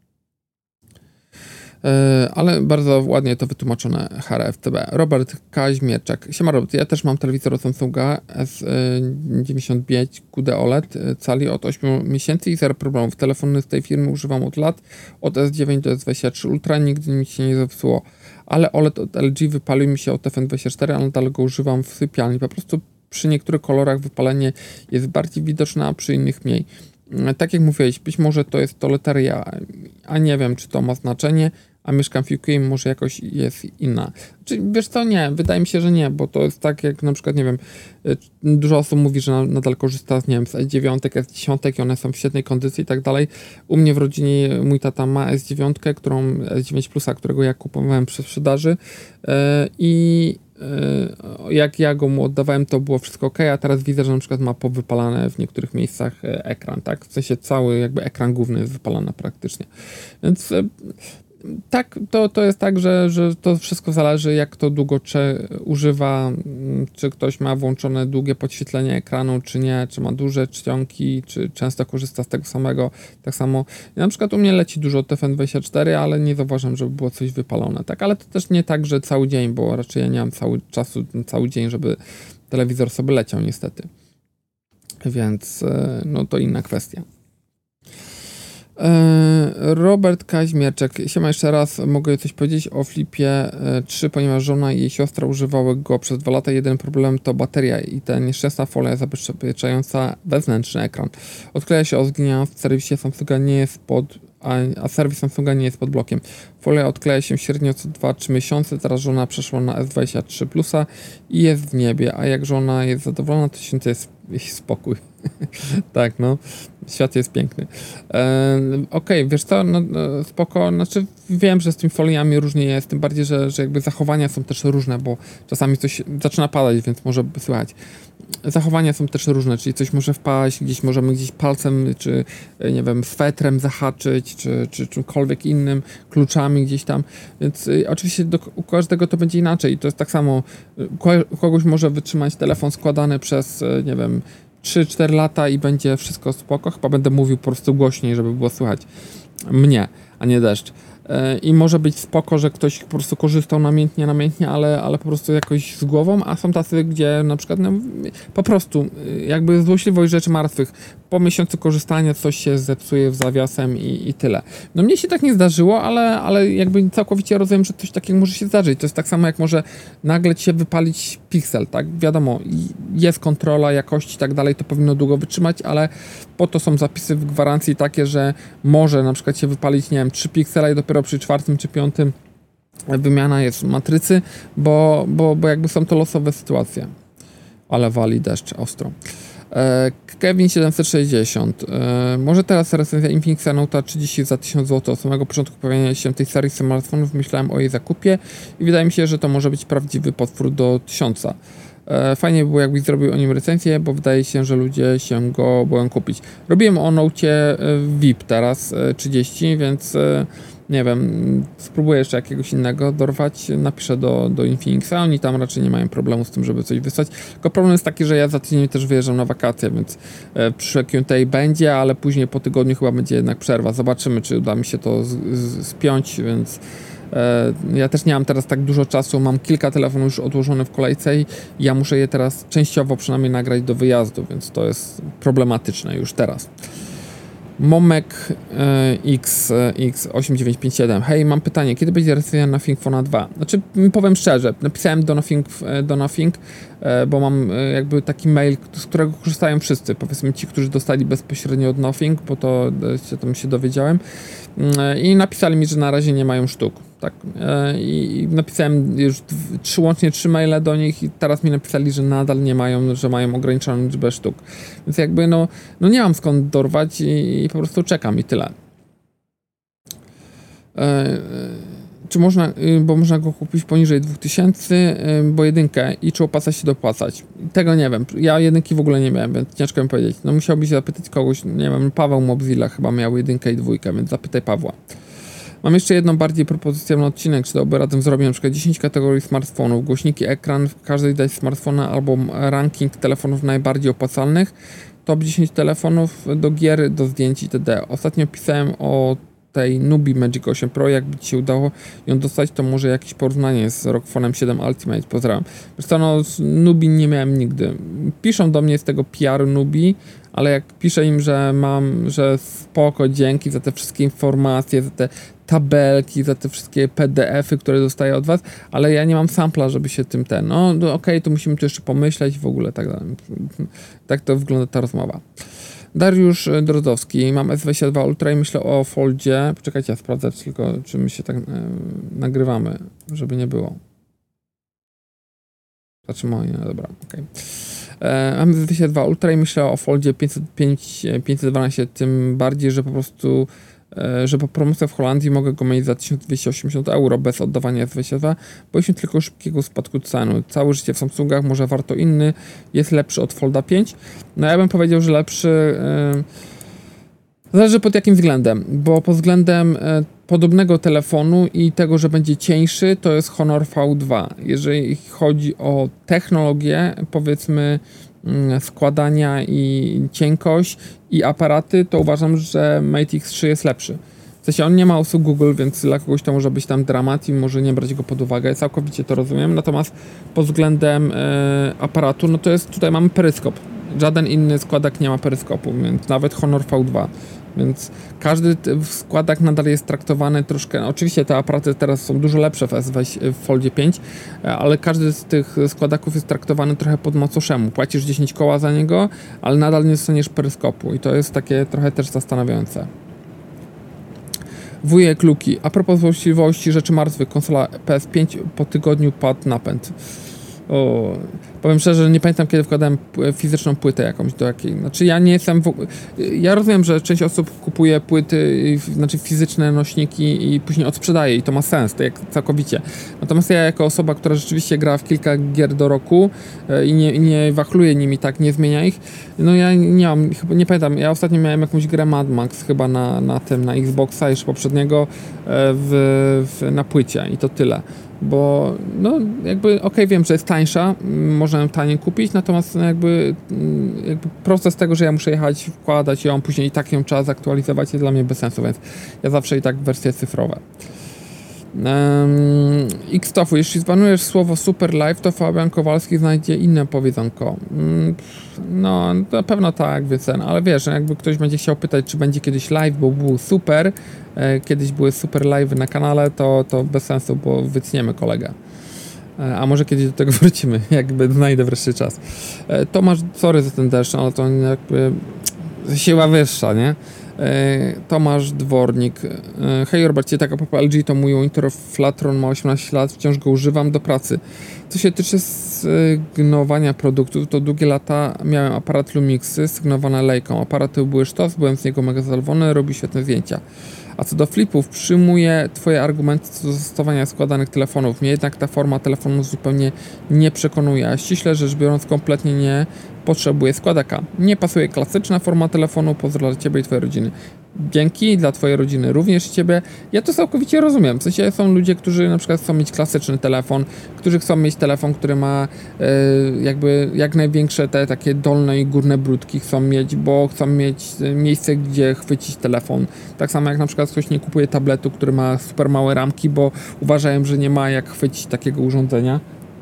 Ale bardzo ładnie to wytłumaczone HRFTB. Robert Kaźmierczak. Siema Robert, ja też mam telewizor od Samsunga S95 QD OLED cali od 8 miesięcy i zero problemów. Telefony z tej firmy używam od lat, od S9 do S23 Ultra, nigdy mi się nie zepsuło. Ale OLED od LG wypalił mi się od FN24, ale nadal go używam w sypialni. Po prostu przy niektórych kolorach wypalenie jest bardziej widoczne, a przy innych mniej. Tak jak mówiłeś, być może to jest to loteria, a nie wiem, czy to ma znaczenie, a mieszkam w UK, może jakoś jest inna. Czy wiesz co, nie, wydaje mi się, że nie, bo to jest tak jak na przykład, nie wiem, dużo osób mówi, że nadal korzysta z, nie wiem, z S9, S10 i one są w świetnej kondycji i tak dalej. U mnie w rodzinie mój tata ma S9, S9 Plusa, którego ja kupowałem przy sprzedaży i jak ja go mu oddawałem, to było wszystko ok, a teraz widzę, że na przykład ma powypalane w niektórych miejscach ekran, tak? W sensie cały jakby ekran główny jest wypalany praktycznie. Więc tak, to jest tak, że to wszystko zależy, jak to długo używa, czy ktoś ma włączone długie podświetlenie ekranu, czy nie, czy ma duże czcionki, czy często korzysta z tego samego. Tak samo, na przykład u mnie leci dużo TFN24, ale nie zauważam, żeby było coś wypalone, tak, ale to też nie tak, że cały dzień, bo raczej ja nie mam cały dzień, żeby telewizor sobie leciał niestety. Więc no to inna kwestia. Robert Kaźmierczek. Siema, jeszcze raz mogę coś powiedzieć o Flipie 3, ponieważ żona i jej siostra używały go przez 2 lata. Jeden problem to bateria i ta nieszczęsna folia zabezpieczająca wewnętrzny ekran. Odkleja się, zginia w serwisie Samsunga nie jest a serwis Samsunga nie jest pod blokiem. Folia odkleja się średnio co 2-3 miesiące. Teraz żona przeszła na S23 Plusa i jest w niebie, a jak żona jest zadowolona, to święty jest spokój. Tak, no. Świat jest piękny. Okej, wiesz co, no, spoko, znaczy wiem, że z tymi foliami różnie jest, tym bardziej, że jakby zachowania są też różne, bo czasami coś zaczyna padać, więc może słychać. Zachowania są też różne, czyli coś może wpaść, gdzieś możemy gdzieś palcem, czy nie wiem, swetrem zahaczyć, czy czymkolwiek innym, kluczami gdzieś tam, więc oczywiście u każdego to będzie inaczej i to jest tak samo, u kogoś może wytrzymać telefon składany przez, nie wiem, 3-4 lata i będzie wszystko spoko. Chyba będę mówił po prostu głośniej, żeby było słychać mnie, a nie deszcz. I może być spoko, że ktoś po prostu korzystał namiętnie, ale po prostu jakoś z głową, a są tacy, gdzie na przykład no, po prostu jakby złośliwość rzeczy martwych. Po miesiącu korzystania coś się zepsuje z zawiasem i tyle. No mnie się tak nie zdarzyło, ale jakby całkowicie rozumiem, że coś takiego może się zdarzyć. To jest tak samo jak może nagle ci się wypalić piksel, tak? Wiadomo, jest kontrola jakości i tak dalej, to powinno długo wytrzymać, ale po to są zapisy w gwarancji takie, że może na przykład się wypalić, nie wiem, 3 piksele i dopiero przy 4. czy 5. wymiana jest matrycy, bo jakby są to losowe sytuacje. Ale wali deszcz ostro. Kevin 760. Może teraz recenzja Infinix Note 30 za 1000 zł. Od samego początku pojawienia się tej serii smartfonów myślałem o jej zakupie i wydaje mi się, że to może być prawdziwy potwór do 1000. Fajnie by było, jakbyś zrobił o nim recenzję, bo wydaje się, że ludzie się go boją kupić. Robiłem o Note VIP teraz 30, więc nie wiem, spróbuję jeszcze jakiegoś innego dorwać, napiszę do Infinixa, oni tam raczej nie mają problemu z tym, żeby coś wysłać, tylko problem jest taki, że ja za tydzień też wyjeżdżam na wakacje, więc przy Q&A będzie, ale później po tygodniu chyba będzie jednak przerwa, zobaczymy, czy uda mi się to spiąć, więc ja też nie mam teraz tak dużo czasu, mam kilka telefonów już odłożonych w kolejce i ja muszę je teraz częściowo przynajmniej nagrać do wyjazdu, więc to jest problematyczne już teraz. Momek X8957. Hej, mam pytanie, kiedy będzie recenzja Nothing Phone 2? Znaczy, powiem szczerze, napisałem do Nothing, bo mam jakby taki mail, z którego korzystają wszyscy, powiedzmy ci, którzy dostali bezpośrednio od Nothing, bo to tam się dowiedziałem i napisali mi, że na razie nie mają sztuk. Tak. I napisałem już łącznie 3 maile do nich i teraz mi napisali, że nadal nie mają, że mają ograniczoną liczbę sztuk. Więc jakby no nie mam skąd dorwać i po prostu czekam i tyle. Czy można, bo można go kupić poniżej 2000, bo jedynkę i czy opłaca się dopłacać? Tego nie wiem. Ja jedynki w ogóle nie miałem, więc ciężko mi powiedzieć. No musiałbyś zapytać kogoś, nie wiem, Paweł Mobzilla chyba miał 1 i 2, więc zapytaj Pawła. Mam jeszcze jedną bardziej propozycję na odcinek, czy dałby radę zrobić na przykład 10 kategorii smartfonów, głośniki, ekran w każdej dać smartfona albo ranking telefonów najbardziej opłacalnych, top 10 telefonów do gier, do zdjęć itd. Ostatnio pisałem o tej Nubii Magic 8 Pro, jakby ci się udało ją dostać, to może jakieś porównanie z ROG Phone'em 7 Ultimate, pozdrawiam. Wiesz co, no z Nubii nie miałem nigdy. Piszą do mnie z tego PR Nubii, ale jak piszę im, że spoko, dzięki za te wszystkie informacje, za te tabelki, za te wszystkie PDF-y, które dostaję od was, ale ja nie mam sampla, żeby się tym okej, to musimy tu jeszcze pomyśleć w ogóle, tak dalej. Tak to wygląda ta rozmowa. Dariusz Drozdowski, mam S22 Ultra i myślę o Foldzie. Poczekajcie, ja sprawdzę tylko, czy my się tak nagrywamy, żeby nie było. Znaczy moje, no dobra, okej. Mam S22 Ultra i myślę o Foldzie 512, tym bardziej, że po prostu że po promocjach w Holandii mogę go mieć za 1280 euro bez oddawania S22, bo się tylko szybkiego spadku ceny. Całe życie w Samsungach, może warto inny, jest lepszy od Folda 5. No ja bym powiedział, że lepszy zależy pod jakim względem, bo pod względem podobnego telefonu i tego, że będzie cieńszy, to jest Honor V2. Jeżeli chodzi o technologię, powiedzmy składania i cienkość i aparaty, to uważam, że Mate X3 jest lepszy. W sensie on nie ma usług Google, więc dla kogoś to może być tam dramat i może nie brać go pod uwagę. Całkowicie to rozumiem. Natomiast pod względem aparatu, no to jest, tutaj mamy peryskop. Żaden inny składak nie ma peryskopu, więc nawet Honor V2. Więc każdy składak nadal jest traktowany troszkę, oczywiście te aparaty teraz są dużo lepsze w Foldzie 5, ale każdy z tych składaków jest traktowany trochę pod macoszemu. Płacisz 10 koła za niego, ale nadal nie dostaniesz peryskopu i to jest takie trochę też zastanawiające. Wujek Luki. A propos złośliwości rzeczy martwych, konsola PS5 po tygodniu padł napęd. O, powiem szczerze, nie pamiętam, kiedy wkładałem fizyczną płytę jakąś do jakiej. Znaczy ja nie jestem ja rozumiem, że część osób kupuje płyty, znaczy fizyczne nośniki i później odsprzedaje i to ma sens, to jak całkowicie. Natomiast ja jako osoba, która rzeczywiście gra w kilka gier do roku i nie wachluje nimi tak, nie zmienia ich, no ja nie mam, chyba nie pamiętam, ja ostatnio miałem jakąś grę Mad Max chyba na Xboxa jeszcze poprzedniego na płycie i to tyle. Bo no jakby wiem, że jest tańsza, można ją taniej kupić, natomiast jakby proces tego, że ja muszę jechać, wkładać ją, później i tak ją trzeba zaktualizować, jest dla mnie bez sensu, więc ja zawsze i tak wersje cyfrowe. X-Tofu, jeśli zbanujesz słowo Super Live, to Fabian Kowalski znajdzie inne powiedzonko. No, na pewno tak, więc ale wiesz, jakby ktoś będzie chciał pytać, czy będzie kiedyś live, bo był super, kiedyś były super live na kanale, to bez sensu, bo wycniemy kolegę. A może kiedyś do tego wrócimy, jakby znajdę wreszcie czas. Tomasz, sorry za ten deszcz, ale to jakby siła wyższa, nie? Tomasz Dwornik. Hej Robercie, taka papa LG to mój Monitor Flatron, ma 18 lat, wciąż go używam do pracy. Co się tyczy sygnowania produktów, to długie lata miałem aparat Lumixy sygnowany Leiką. Aparaty były sztos, byłem z niego mega zadowolony, robi świetne zdjęcia. A co do flipów, przyjmuję twoje argumenty co do zastosowania składanych telefonów. Mnie jednak ta forma telefonu zupełnie nie przekonuje, a ściśle rzecz biorąc kompletnie nie potrzebuję składaka. Nie pasuje klasyczna forma telefonu, pozdro dla ciebie i twojej rodziny. Dzięki, dla twojej rodziny również ciebie. Ja to całkowicie rozumiem. W sensie są ludzie, którzy na przykład chcą mieć klasyczny telefon, którzy chcą mieć telefon, który ma jakby jak największe te takie dolne i górne brudki chcą mieć, bo chcą mieć miejsce, gdzie chwycić telefon. Tak samo jak na przykład ktoś nie kupuje tabletu, który ma super małe ramki, bo uważają, że nie ma jak chwycić takiego urządzenia.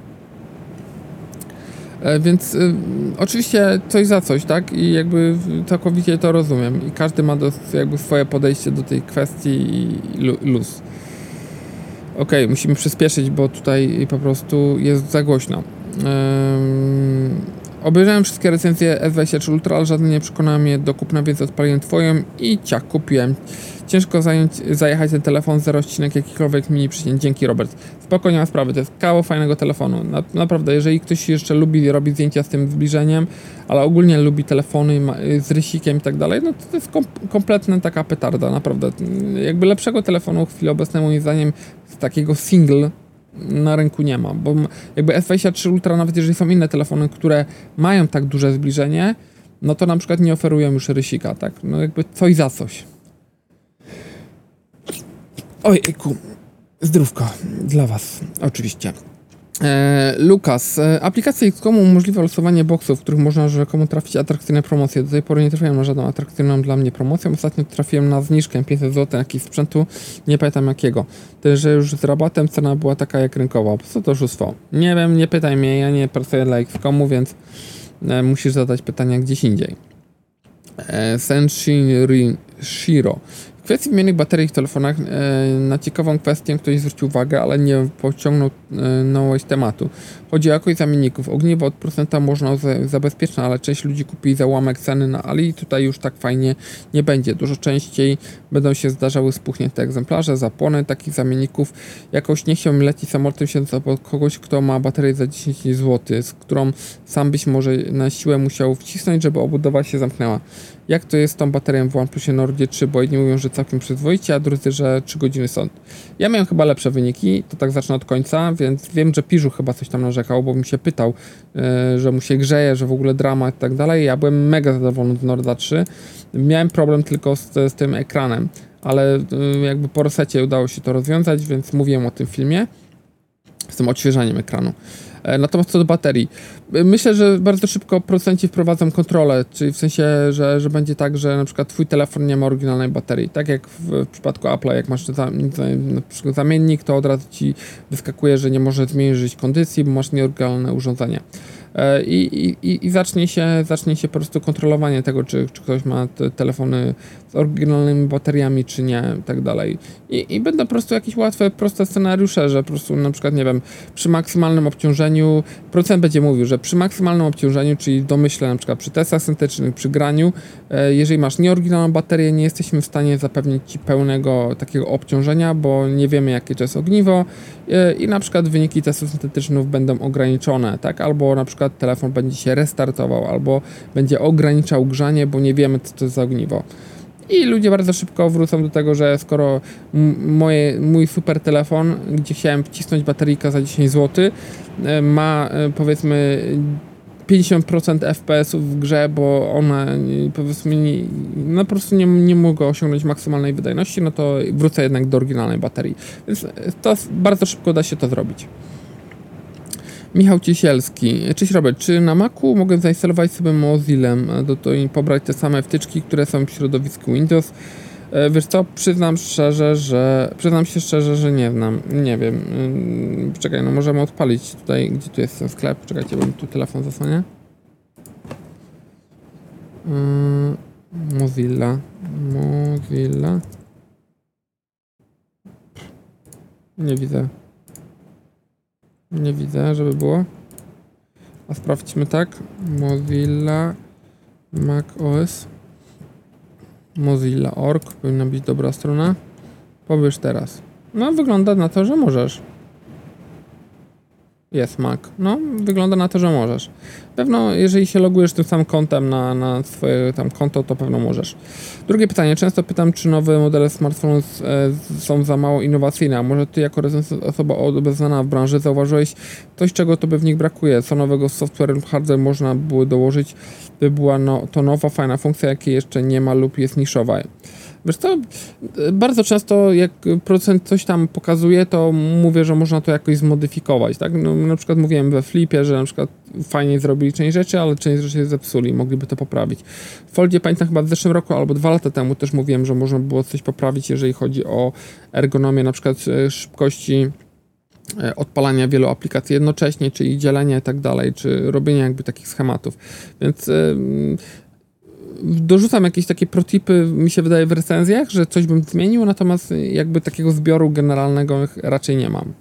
Więc oczywiście coś za coś, tak? I jakby całkowicie to rozumiem. I każdy ma jakby swoje podejście do tej kwestii i luz. Okej, musimy przyspieszyć, bo tutaj po prostu jest za głośno. Obejrzałem wszystkie recenzje S23 Ultra, ale żadne nie przekonał mnie do kupna, więc odpaliłem twoją i ciach, kupiłem. Ciężko zajechać ten telefon, 0 odcinek jakikolwiek mini przycięć. Dzięki, Robert. Spokojnie, ma sprawy, to jest kawał fajnego telefonu. Naprawdę, jeżeli ktoś jeszcze lubi robić zdjęcia z tym zbliżeniem, ale ogólnie lubi telefony z rysikiem i tak dalej, no to jest kompletna taka petarda, naprawdę. Jakby lepszego telefonu w chwili obecnej, moim zdaniem, z takiego single na rynku nie ma, bo jakby S23 Ultra, nawet jeżeli są inne telefony, które mają tak duże zbliżenie, no to na przykład nie oferują już rysika, tak? No jakby coś za coś. Ojejku, zdrówko dla was, oczywiście. Lukas, aplikacja XCOM umożliwia losowanie boksów, w których można rzekomo trafić atrakcyjne promocje. Do tej pory nie trafiłem na żadną atrakcyjną dla mnie promocję. Ostatnio trafiłem na zniżkę 500 zł jakiegoś sprzętu, nie pamiętam jakiego. Tyle, że już z rabatem cena była taka jak rynkowa. Po co to oszustwo? Nie wiem, nie pytaj mnie, ja nie pracuję dla XCOMu, więc musisz zadać pytania gdzieś indziej. Senshin Shiro. W kwestii wymiennych baterii w telefonach na ciekawą kwestię ktoś zwrócił uwagę, ale nie pociągnął tematu. Chodzi o jakość zamienników. Ogniwo od procenta można zabezpieczne, ale część ludzi kupi za ułamek ceny na Ali i tutaj już tak fajnie nie będzie. Dużo częściej będą się zdarzały spuchnięte egzemplarze, zapłony takich zamienników. Jakoś nie chciałbym lecieć samolotem siedząc obok kogoś, kto ma baterię za 10 zł, z którą sam być może na siłę musiał wcisnąć, żeby obudowa się zamknęła. Jak to jest z tą baterią w OnePlusie Nordzie 3, bo jedni mówią, że całkiem przyzwoicie, a drudzy, że 3 godziny są. Ja miałem chyba lepsze wyniki, to tak zacznę od końca, więc wiem, że Piżu chyba coś tam narzekał, bo mi się pytał, że mu się grzeje, że w ogóle dramat i tak dalej. Ja byłem mega zadowolony z Norda 3. Miałem problem tylko z tym ekranem, ale jakby po resecie udało się to rozwiązać, więc mówiłem o tym filmie, z tym odświeżaniem ekranu. Natomiast co do baterii, myślę, że bardzo szybko producenci wprowadzą kontrolę, czyli w sensie, że będzie tak, że na przykład twój telefon nie ma oryginalnej baterii. Tak jak w przypadku Apple'a, jak masz na przykład zamiennik, to od razu ci wyskakuje, że nie może zmienić kondycji, bo masz nieoryginalne urządzenie. I zacznie się po prostu kontrolowanie tego, czy ktoś ma telefony z oryginalnymi bateriami, czy nie, i tak dalej. I będą po prostu jakieś łatwe, proste scenariusze, że po prostu na przykład, nie wiem, przy maksymalnym obciążeniu, producent będzie mówił, że przy maksymalnym obciążeniu, czyli domyśle na przykład przy testach syntetycznych, przy graniu, jeżeli masz nieoryginalną baterię, nie jesteśmy w stanie zapewnić Ci pełnego takiego obciążenia, bo nie wiemy, jakie to jest ogniwo i na przykład wyniki testów syntetycznych będą ograniczone, tak? Albo na przykład telefon będzie się restartował, albo będzie ograniczał grzanie, bo nie wiemy, co to jest za ogniwo. I ludzie bardzo szybko wrócą do tego, że skoro mój super telefon, gdzie chciałem wcisnąć bateryjkę za 10 zł, ma powiedzmy 50% FPS-ów w grze, bo ona powiedzmy no po prostu nie mogła osiągnąć maksymalnej wydajności, no to wrócę jednak do oryginalnej baterii. Więc to bardzo szybko da się to zrobić. Michał Ciesielski. Cześć Robert, czy na Macu mogę zainstalować sobie Mozilla i pobrać te same wtyczki, które są w środowisku Windows? Wiesz co, przyznam się szczerze, że nie wiem. Czekaj, no możemy odpalić tutaj, gdzie tu jest ten sklep. Czekajcie, bo mi tu telefon zasłania. Mozilla. Nie widzę, żeby było. A sprawdźmy tak. Mozilla Mac OS. Mozilla.org. Powinna być dobra strona. Pobierz teraz. No, wygląda na to, że możesz. Jest Mac. No, wygląda na to, że możesz. Pewno, jeżeli się logujesz tym samym kontem na swoje tam konto, to pewno możesz. Drugie pytanie. Często pytam, czy nowe modele smartfonów są za mało innowacyjne, a może ty jako osoba obeznana w branży zauważyłeś coś, czego tobie w nich brakuje? Co nowego software lub hardware można było dołożyć, by była to nowa, fajna funkcja, jakiej jeszcze nie ma lub jest niszowa? Wiesz co, bardzo często jak producent coś tam pokazuje, to mówię, że można to jakoś zmodyfikować, tak? No, na przykład mówiłem we Flipie, że na przykład fajnie zrobili część rzeczy, ale część rzeczy zepsuli, mogliby to poprawić. W Foldzie pamiętam chyba w zeszłym roku albo 2 lata temu też mówiłem, że można było coś poprawić, jeżeli chodzi o ergonomię, na przykład szybkości odpalania wielu aplikacji jednocześnie, czyli dzielenia i tak dalej, czy robienia jakby takich schematów. Więc dorzucam jakieś takie protipy, mi się wydaje, w recenzjach, że coś bym zmienił, natomiast jakby takiego zbioru generalnego raczej nie mam.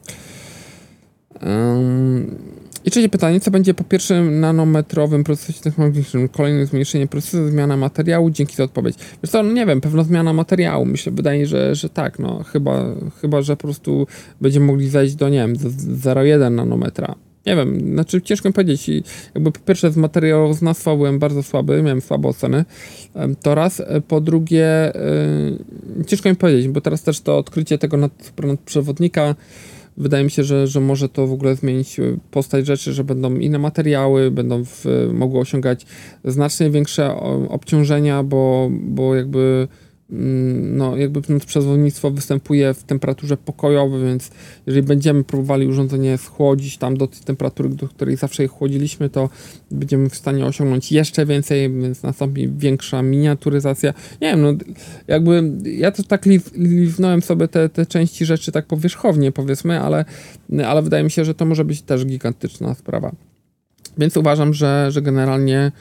I trzecie pytanie, co będzie po pierwszym nanometrowym procesie technologicznym? Kolejne zmniejszenie procesu, zmiana materiału? Dzięki za odpowiedź. Wiesz co, no nie wiem, pewno zmiana materiału. Wydaje, że tak, no chyba, że po prostu będziemy mogli zejść do, nie wiem, 0,1 nanometra. Nie wiem, znaczy ciężko mi powiedzieć. Jakby po pierwsze z materiałoznawstwa byłem bardzo słaby, miałem słabe oceny. To raz. Po drugie, ciężko mi powiedzieć, bo teraz też to odkrycie tego nadprzewodnika, wydaje mi się, że może to w ogóle zmienić postać rzeczy, że będą inne materiały, będą mogły osiągać znacznie większe obciążenia, bo jakby nadprzewodnictwo występuje w temperaturze pokojowej, więc jeżeli będziemy próbowali urządzenie schłodzić tam do tej temperatury, do której zawsze je chłodziliśmy, to będziemy w stanie osiągnąć jeszcze więcej, więc nastąpi większa miniaturyzacja. Nie wiem, no jakby ja to tak liznąłem sobie te części rzeczy tak powierzchownie, powiedzmy, ale wydaje mi się, że to może być też gigantyczna sprawa. Więc uważam, że generalnie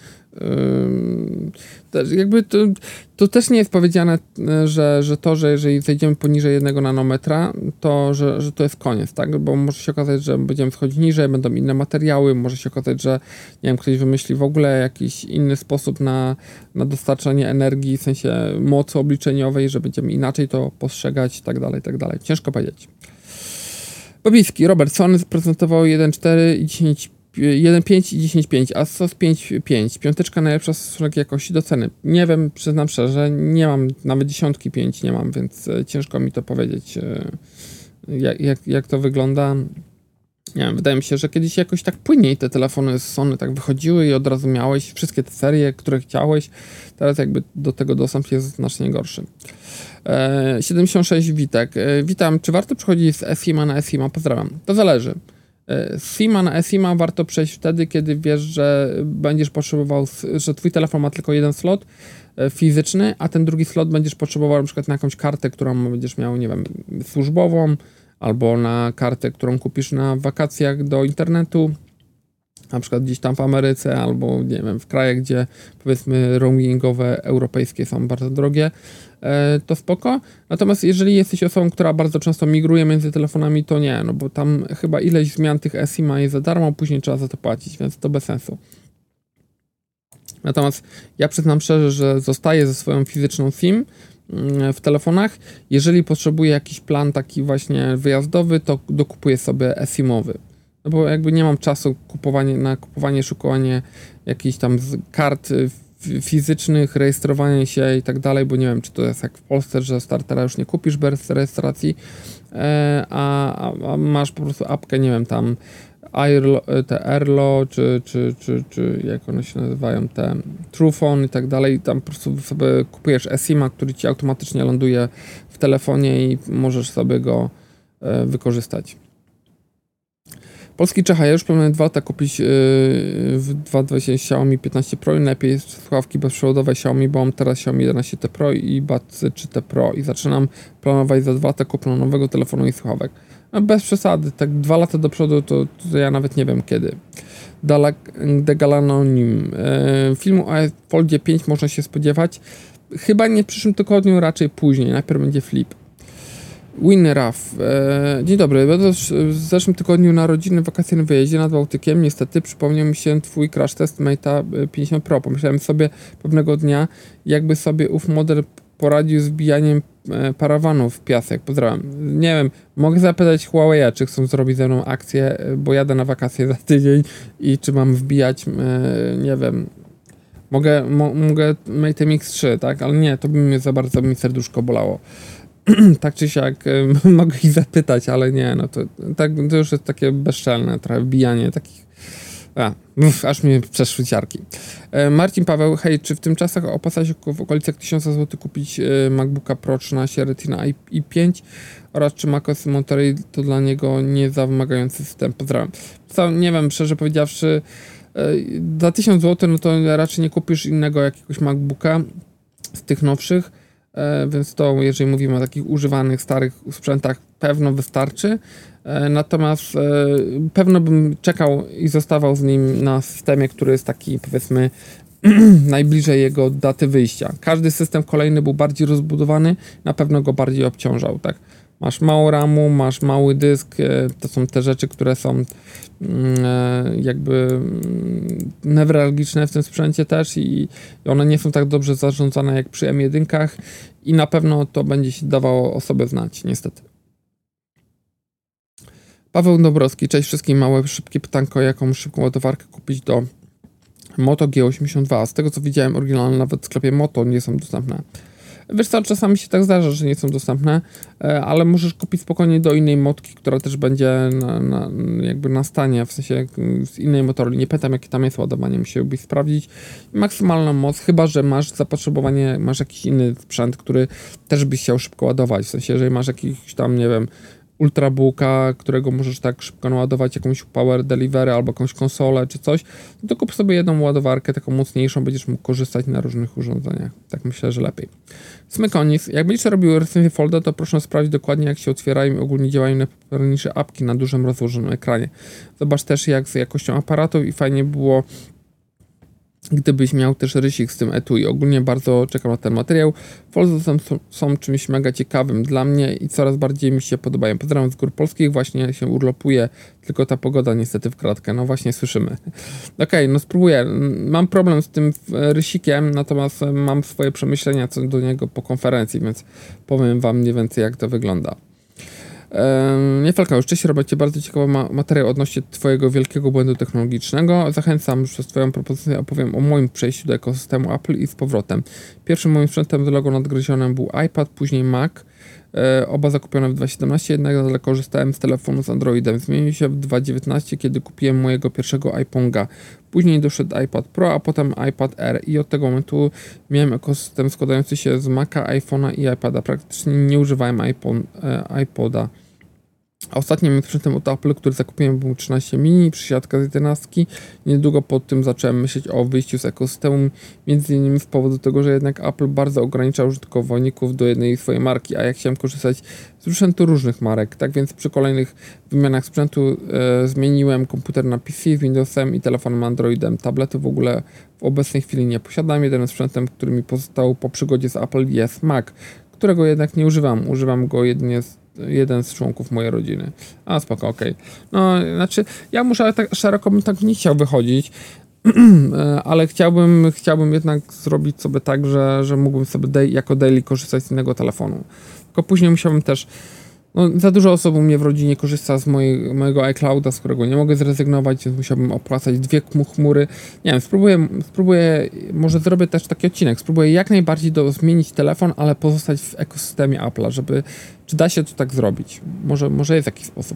jakby to też nie jest powiedziane, że jeżeli zejdziemy poniżej 1 nanometra, to że to jest koniec, tak? Bo może się okazać, że będziemy schodzić niżej, będą inne materiały, może się okazać, że nie wiem, ktoś wymyśli w ogóle jakiś inny sposób na dostarczanie energii, w sensie mocy obliczeniowej, że będziemy inaczej to postrzegać i tak dalej, tak dalej. Ciężko powiedzieć. Bobiski, Robert, Sony prezentował 1.4 i 1.5 i 10.5, a co z 5.5? Piąteczka najlepsza stosunek jakości do ceny. Nie wiem, przyznam szczerze, nie mam, nawet 10.5 nie mam, więc ciężko mi to powiedzieć, jak to wygląda. Nie wiem, wydaje mi się, że kiedyś jakoś tak płynniej te telefony z Sony tak wychodziły i od razu miałeś wszystkie te serie, które chciałeś. Teraz jakby do tego dostęp jest znacznie gorszy. 76 Witek. Witam, czy warto przechodzić z eSIM-a na eSIM-a? Pozdrawiam. To zależy. Z SIM-a na eSIM-a warto przejść wtedy, kiedy wiesz, że będziesz potrzebował, że twój telefon ma tylko jeden slot fizyczny, a ten drugi slot będziesz potrzebował na przykład na jakąś kartę, którą będziesz miał, nie wiem, służbową, albo na kartę, którą kupisz na wakacjach do internetu. na przykład gdzieś tam w Ameryce albo nie wiem, w krajach, gdzie powiedzmy roamingowe europejskie są bardzo drogie, to spoko. Natomiast jeżeli jesteś osobą, która bardzo często migruje między telefonami, to nie, no bo tam chyba ileś zmian tych eSIM-a jest za darmo, później trzeba za to płacić, więc to bez sensu. Natomiast ja przyznam szczerze, że zostaję ze swoją fizyczną SIM w telefonach. Jeżeli potrzebuję jakiś plan taki właśnie wyjazdowy, to dokupuję sobie eSIM-owy. No bo jakby nie mam czasu na kupowanie, szukowanie jakichś tam kart fizycznych, rejestrowanie się i tak dalej, bo nie wiem, czy to jest jak w Polsce, że startera już nie kupisz bez rejestracji, a masz po prostu apkę, nie wiem, tam te Airlo, czy jak one się nazywają, te Truephone i tak dalej, tam po prostu sobie kupujesz eSIM-a, który ci automatycznie ląduje w telefonie i możesz sobie go wykorzystać. Polski Czecha, ja już planuję 2 lata kupić w 2020 Xiaomi 15 Pro i najlepiej jest słuchawki bezprzewodowe Xiaomi, bo mam teraz Xiaomi 11T Pro i Buds 3T Pro i zaczynam planować za 2 lata kupno nowego telefonu i słuchawek. No bez przesady, tak 2 lata do przodu to ja nawet nie wiem kiedy. Degalanonim. Filmu o Foldzie 5 można się spodziewać. Chyba nie w przyszłym tygodniu, raczej później. Najpierw będzie flip. Winraf. Dzień dobry. Będę w zeszłym tygodniu na rodzinnym wakacyjnym wyjeździe nad Bałtykiem. Niestety przypomniał mi się twój crash test Mate'a 50 Pro. Pomyślałem sobie pewnego dnia, jakby sobie ów model poradził z wbijaniem parawanów w piasek. Pozdrawiam. Nie wiem, mogę zapytać Huawei, czy chcą zrobić ze mną akcję, bo jadę na wakacje za tydzień i czy mam wbijać, nie wiem, mogę Mate MX3, tak? Ale nie, to by mnie za bardzo mi serduszko bolało. Tak czy siak mogę ich zapytać, ale nie, no to już jest takie bezczelne, trochę wbijanie takich. Aż mnie przeszły ciarki. Marcin Paweł, hej, czy w tym czasach opłaca się w okolicach 1000 zł kupić MacBooka Pro 13 Retina i5 oraz czy macOS Monterey to dla niego nie za wymagający system? Pozdrawiam. Co, nie wiem, szczerze powiedziawszy, za 1000 zł no to raczej nie kupisz innego jakiegoś MacBooka z tych nowszych, więc to, jeżeli mówimy o takich używanych, starych sprzętach, pewno wystarczy. Natomiast pewno bym czekał i zostawał z nim na systemie, który jest taki, powiedzmy, najbliżej jego daty wyjścia. Każdy system kolejny był bardziej rozbudowany, na pewno go bardziej obciążał, tak? Masz mało RAMu, masz mały dysk, to są te rzeczy, które są jakby newralgiczne w tym sprzęcie też i one nie są tak dobrze zarządzane jak przy M1 i na pewno to będzie się dawało o sobie znać, niestety. Paweł Dobrowski, cześć wszystkim, małe, szybkie pytanko, jaką szybką ładowarkę kupić do Moto G82. Z tego co widziałem, oryginalne nawet w sklepie Moto nie są dostępne. Wiesz co, czasami się tak zdarza, że nie są dostępne, ale możesz kupić spokojnie do innej motki, która też będzie jakby na stanie, w sensie z innej motory. Nie pytam, jakie tam jest ładowanie, musiałbyś sprawdzić. Maksymalną moc, chyba że masz zapotrzebowanie, masz jakiś inny sprzęt, który też byś chciał szybko ładować. W sensie, jeżeli masz jakiś tam, nie wiem, ultrabooka, którego możesz tak szybko naładować, jakąś power delivery albo jakąś konsolę czy coś, no to kup sobie jedną ładowarkę, taką mocniejszą, będziesz mógł korzystać na różnych urządzeniach. Tak myślę, że lepiej. Smykonis, jak będziesz robił recenzję Folda, to proszę sprawdzić dokładnie, jak się otwierają i ogólnie działają najpopularniejsze apki na dużym rozłożonym ekranie. Zobacz też, jak z jakością aparatów i fajnie było, gdybyś miał też rysik z tym etui. Ogólnie bardzo czekam na ten materiał. Foldy są czymś mega ciekawym dla mnie i coraz bardziej mi się podobają. Pozdrawiam z gór polskich, właśnie się urlopuję, tylko ta pogoda niestety w kratkę. No właśnie słyszymy. Okej, no spróbuję. Mam problem z tym rysikiem, natomiast mam swoje przemyślenia co do niego po konferencji, więc powiem wam mniej więcej, jak to wygląda. Nie Falka, już cześć, robicie bardzo ciekawy materiał odnośnie twojego wielkiego błędu technologicznego. Zachęcam, że przez twoją propozycję opowiem o moim przejściu do ekosystemu Apple i z powrotem. Pierwszym moim sprzętem z logo nadgryzionym był iPad, później Mac. Oba zakupione w 2017, jednak nadal korzystałem z telefonu z Androidem. Zmienił się w 2019, kiedy kupiłem mojego pierwszego iPhone'a. Później doszedł iPad Pro, a potem iPad Air i od tego momentu miałem ekosystem składający się z Maca, iPhone'a i iPada. Praktycznie nie używałem iPoda. A ostatnim sprzętem od Apple, który zakupiłem, był 13 mini, przysiadka z 11. Niedługo po tym zacząłem myśleć o wyjściu z ekosystemu, między innymi z powodu tego, że jednak Apple bardzo ogranicza użytkowników do jednej swojej marki, a ja chciałem korzystać z sprzętu różnych marek. Tak więc przy kolejnych wymianach sprzętu zmieniłem komputer na PC z Windowsem i telefonem Androidem. Tablety w ogóle w obecnej chwili nie posiadam. Jedynym sprzętem, który mi pozostał po przygodzie z Apple, jest Mac, którego jednak nie używam. Używam go jedynie jeden z członków mojej rodziny. A spoko, okej. No, znaczy, ja muszę tak szeroko bym tak nie chciał wychodzić, ale chciałbym jednak zrobić sobie tak, że mógłbym sobie jako daily korzystać z innego telefonu. Tylko później musiałbym też, no, za dużo osób u mnie w rodzinie korzysta z mojego iClouda, z którego nie mogę zrezygnować, więc musiałbym opłacać dwie chmury. Nie wiem, spróbuję, może zrobię też taki odcinek, spróbuję jak najbardziej zmienić telefon, ale pozostać w ekosystemie Apple'a, czy da się to tak zrobić? Może jest jakiś sposób.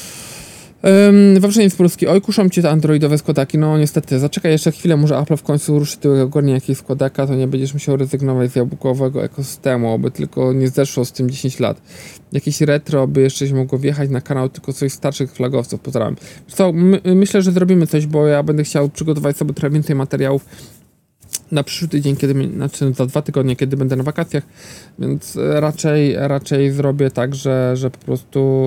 Wawrzyniec Polski. Oj, kuszą cię te androidowe składaki. No niestety, zaczekaj jeszcze chwilę, może Apple w końcu ruszy tego ogarnia jakiegoś składaka, to nie będziesz musiał rezygnować z jabłkowego ekosystemu, oby tylko nie zeszło z tym 10 lat. Jakieś retro, by jeszcze się mogło wjechać na kanał tylko coś starszych flagowców. Pozdrawiam. Co, myślę, że zrobimy coś, bo ja będę chciał przygotować sobie trochę więcej materiałów na przyszły tydzień, znaczy za 2 tygodnie, kiedy będę na wakacjach, więc raczej zrobię tak, że po prostu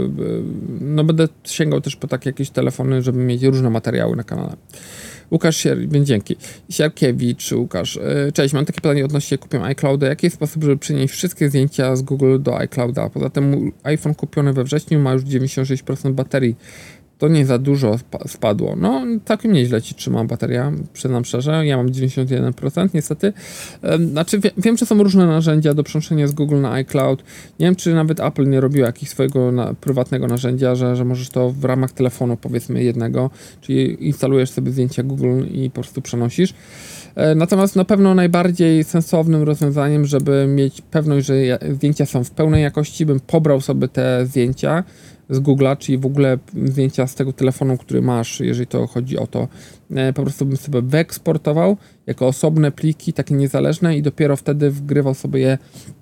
no będę sięgał też po takie jakieś telefony, żeby mieć różne materiały na kanale. Łukasz dzięki. Siarkiewicz, Łukasz. Cześć, mam takie pytanie odnośnie kupiłem iClouda. Jaki jest sposób, żeby przenieść wszystkie zdjęcia z Google do iClouda? Poza tym iPhone kupiony we wrześniu ma już 96% baterii. To nie za dużo spadło. No, całkiem nieźle ci trzyma bateria, przyznam szczerze. Ja mam 91% niestety. Znaczy, wiem, że są różne narzędzia do przenoszenia z Google na iCloud. Nie wiem, czy nawet Apple nie robiło jakiegoś swojego prywatnego narzędzia, że możesz to w ramach telefonu, powiedzmy, jednego, czyli instalujesz sobie zdjęcia Google i po prostu przenosisz. Natomiast na pewno najbardziej sensownym rozwiązaniem, żeby mieć pewność, że zdjęcia są w pełnej jakości, bym pobrał sobie te zdjęcia z Google'a, czyli w ogóle zdjęcia z tego telefonu, który masz, jeżeli to chodzi o to, po prostu bym sobie wyeksportował jako osobne pliki, takie niezależne i dopiero wtedy wgrywał sobie je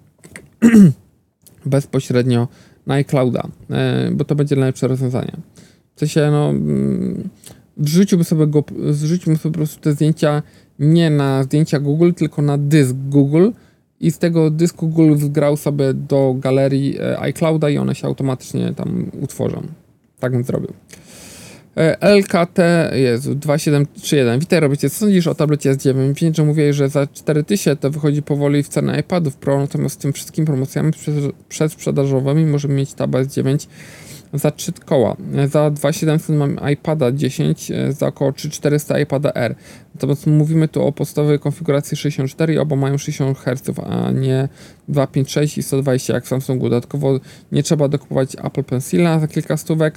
bezpośrednio na iClouda, bo to będzie najlepsze rozwiązanie. W sensie, no, zrzuciłbym sobie po prostu te zdjęcia nie na zdjęcia Google, tylko na dysk Google i z tego dysku Google wgrał sobie do galerii iClouda i one się automatycznie tam utworzą. Tak bym zrobił. LKT, 2731. Witaj, robicie. Co sądzisz o tablecie S9? Wiem, że mówię, że za 4000 to wychodzi powoli w cenę iPadów Pro, natomiast z tym wszystkimi promocjami przedsprzedażowymi możemy mieć tab S9 za 3 koła. Za 2700 mam iPada 10, za około 3400 iPada R. Natomiast mówimy tu o podstawowej konfiguracji 64 i oba mają 60 Hz, a nie 256 i 120 jak w Samsungu. Dodatkowo nie trzeba dokupować Apple Pencila za kilka stówek.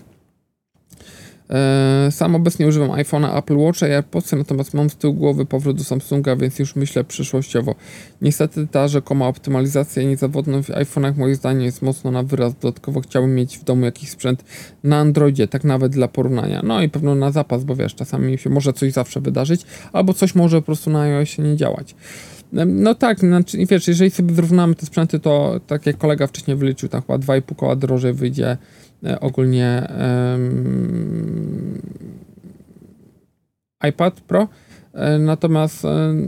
Sam obecnie używam iPhone'a, Apple Watcha i AirPodsy, natomiast mam z tyłu głowy powrót do Samsunga, więc już myślę przyszłościowo. Niestety ta rzekoma optymalizacja i niezawodność w iPhone'ach moim zdaniem jest mocno na wyraz. Dodatkowo chciałbym mieć w domu jakiś sprzęt na Androidzie, tak nawet dla porównania. No i pewno na zapas, bo wiesz, czasami się może coś zawsze wydarzyć, albo coś może po prostu na iOSie nie działać. No tak, znaczy, wiesz, jeżeli sobie zrównamy te sprzęty, to tak jak kolega wcześniej wyliczył, tam chyba 2,5 koła drożej wyjdzie ogólnie iPad Pro, natomiast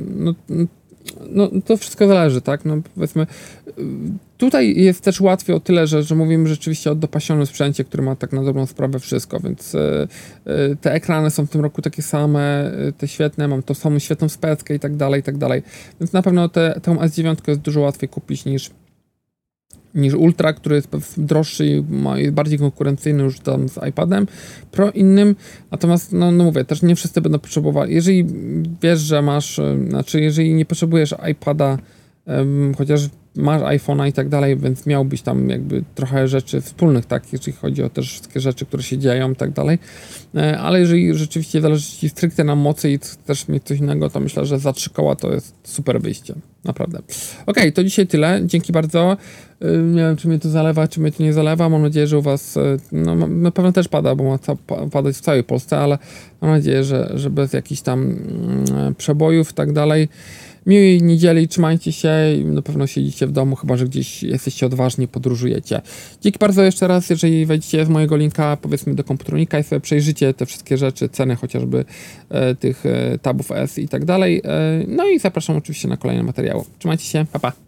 no to wszystko zależy, tak, no powiedzmy tutaj jest też łatwiej o tyle, że mówimy rzeczywiście o dopasionym sprzęcie, który ma tak na dobrą sprawę wszystko, więc te ekrany są w tym roku takie same, te świetne, mam tą samą świetną speckę i tak dalej, więc na pewno tę S9 jest dużo łatwiej kupić niż Ultra, który jest droższy i jest bardziej konkurencyjny już tam z iPadem Pro innym, natomiast no mówię, też nie wszyscy będą potrzebowali, jeżeli wiesz, że masz, znaczy jeżeli nie potrzebujesz iPada, chociaż masz iPhone'a i tak dalej, więc miałbyś tam jakby trochę rzeczy wspólnych, tak, jeżeli chodzi o też wszystkie rzeczy, które się dzieją i tak dalej, ale jeżeli rzeczywiście zależy ci stricte na mocy i chcesz mieć coś innego, to myślę, że za 3 koła to jest super wyjście, naprawdę. Okej, to dzisiaj tyle, dzięki bardzo. Nie wiem, czy mnie to zalewa, czy mnie to nie zalewa, mam nadzieję, że u was, no na pewno też pada, bo ma padać w całej Polsce, ale mam nadzieję, że bez jakichś tam przebojów i tak dalej. Miłej niedzieli, trzymajcie się, na pewno siedzicie w domu, chyba że gdzieś jesteście odważni, podróżujecie. Dzięki bardzo jeszcze raz, jeżeli wejdziecie z mojego linka, powiedzmy do Komputronika i sobie przejrzycie te wszystkie rzeczy, ceny chociażby tych tabów S i tak dalej. No i zapraszam oczywiście na kolejne materiały. Trzymajcie się, pa pa!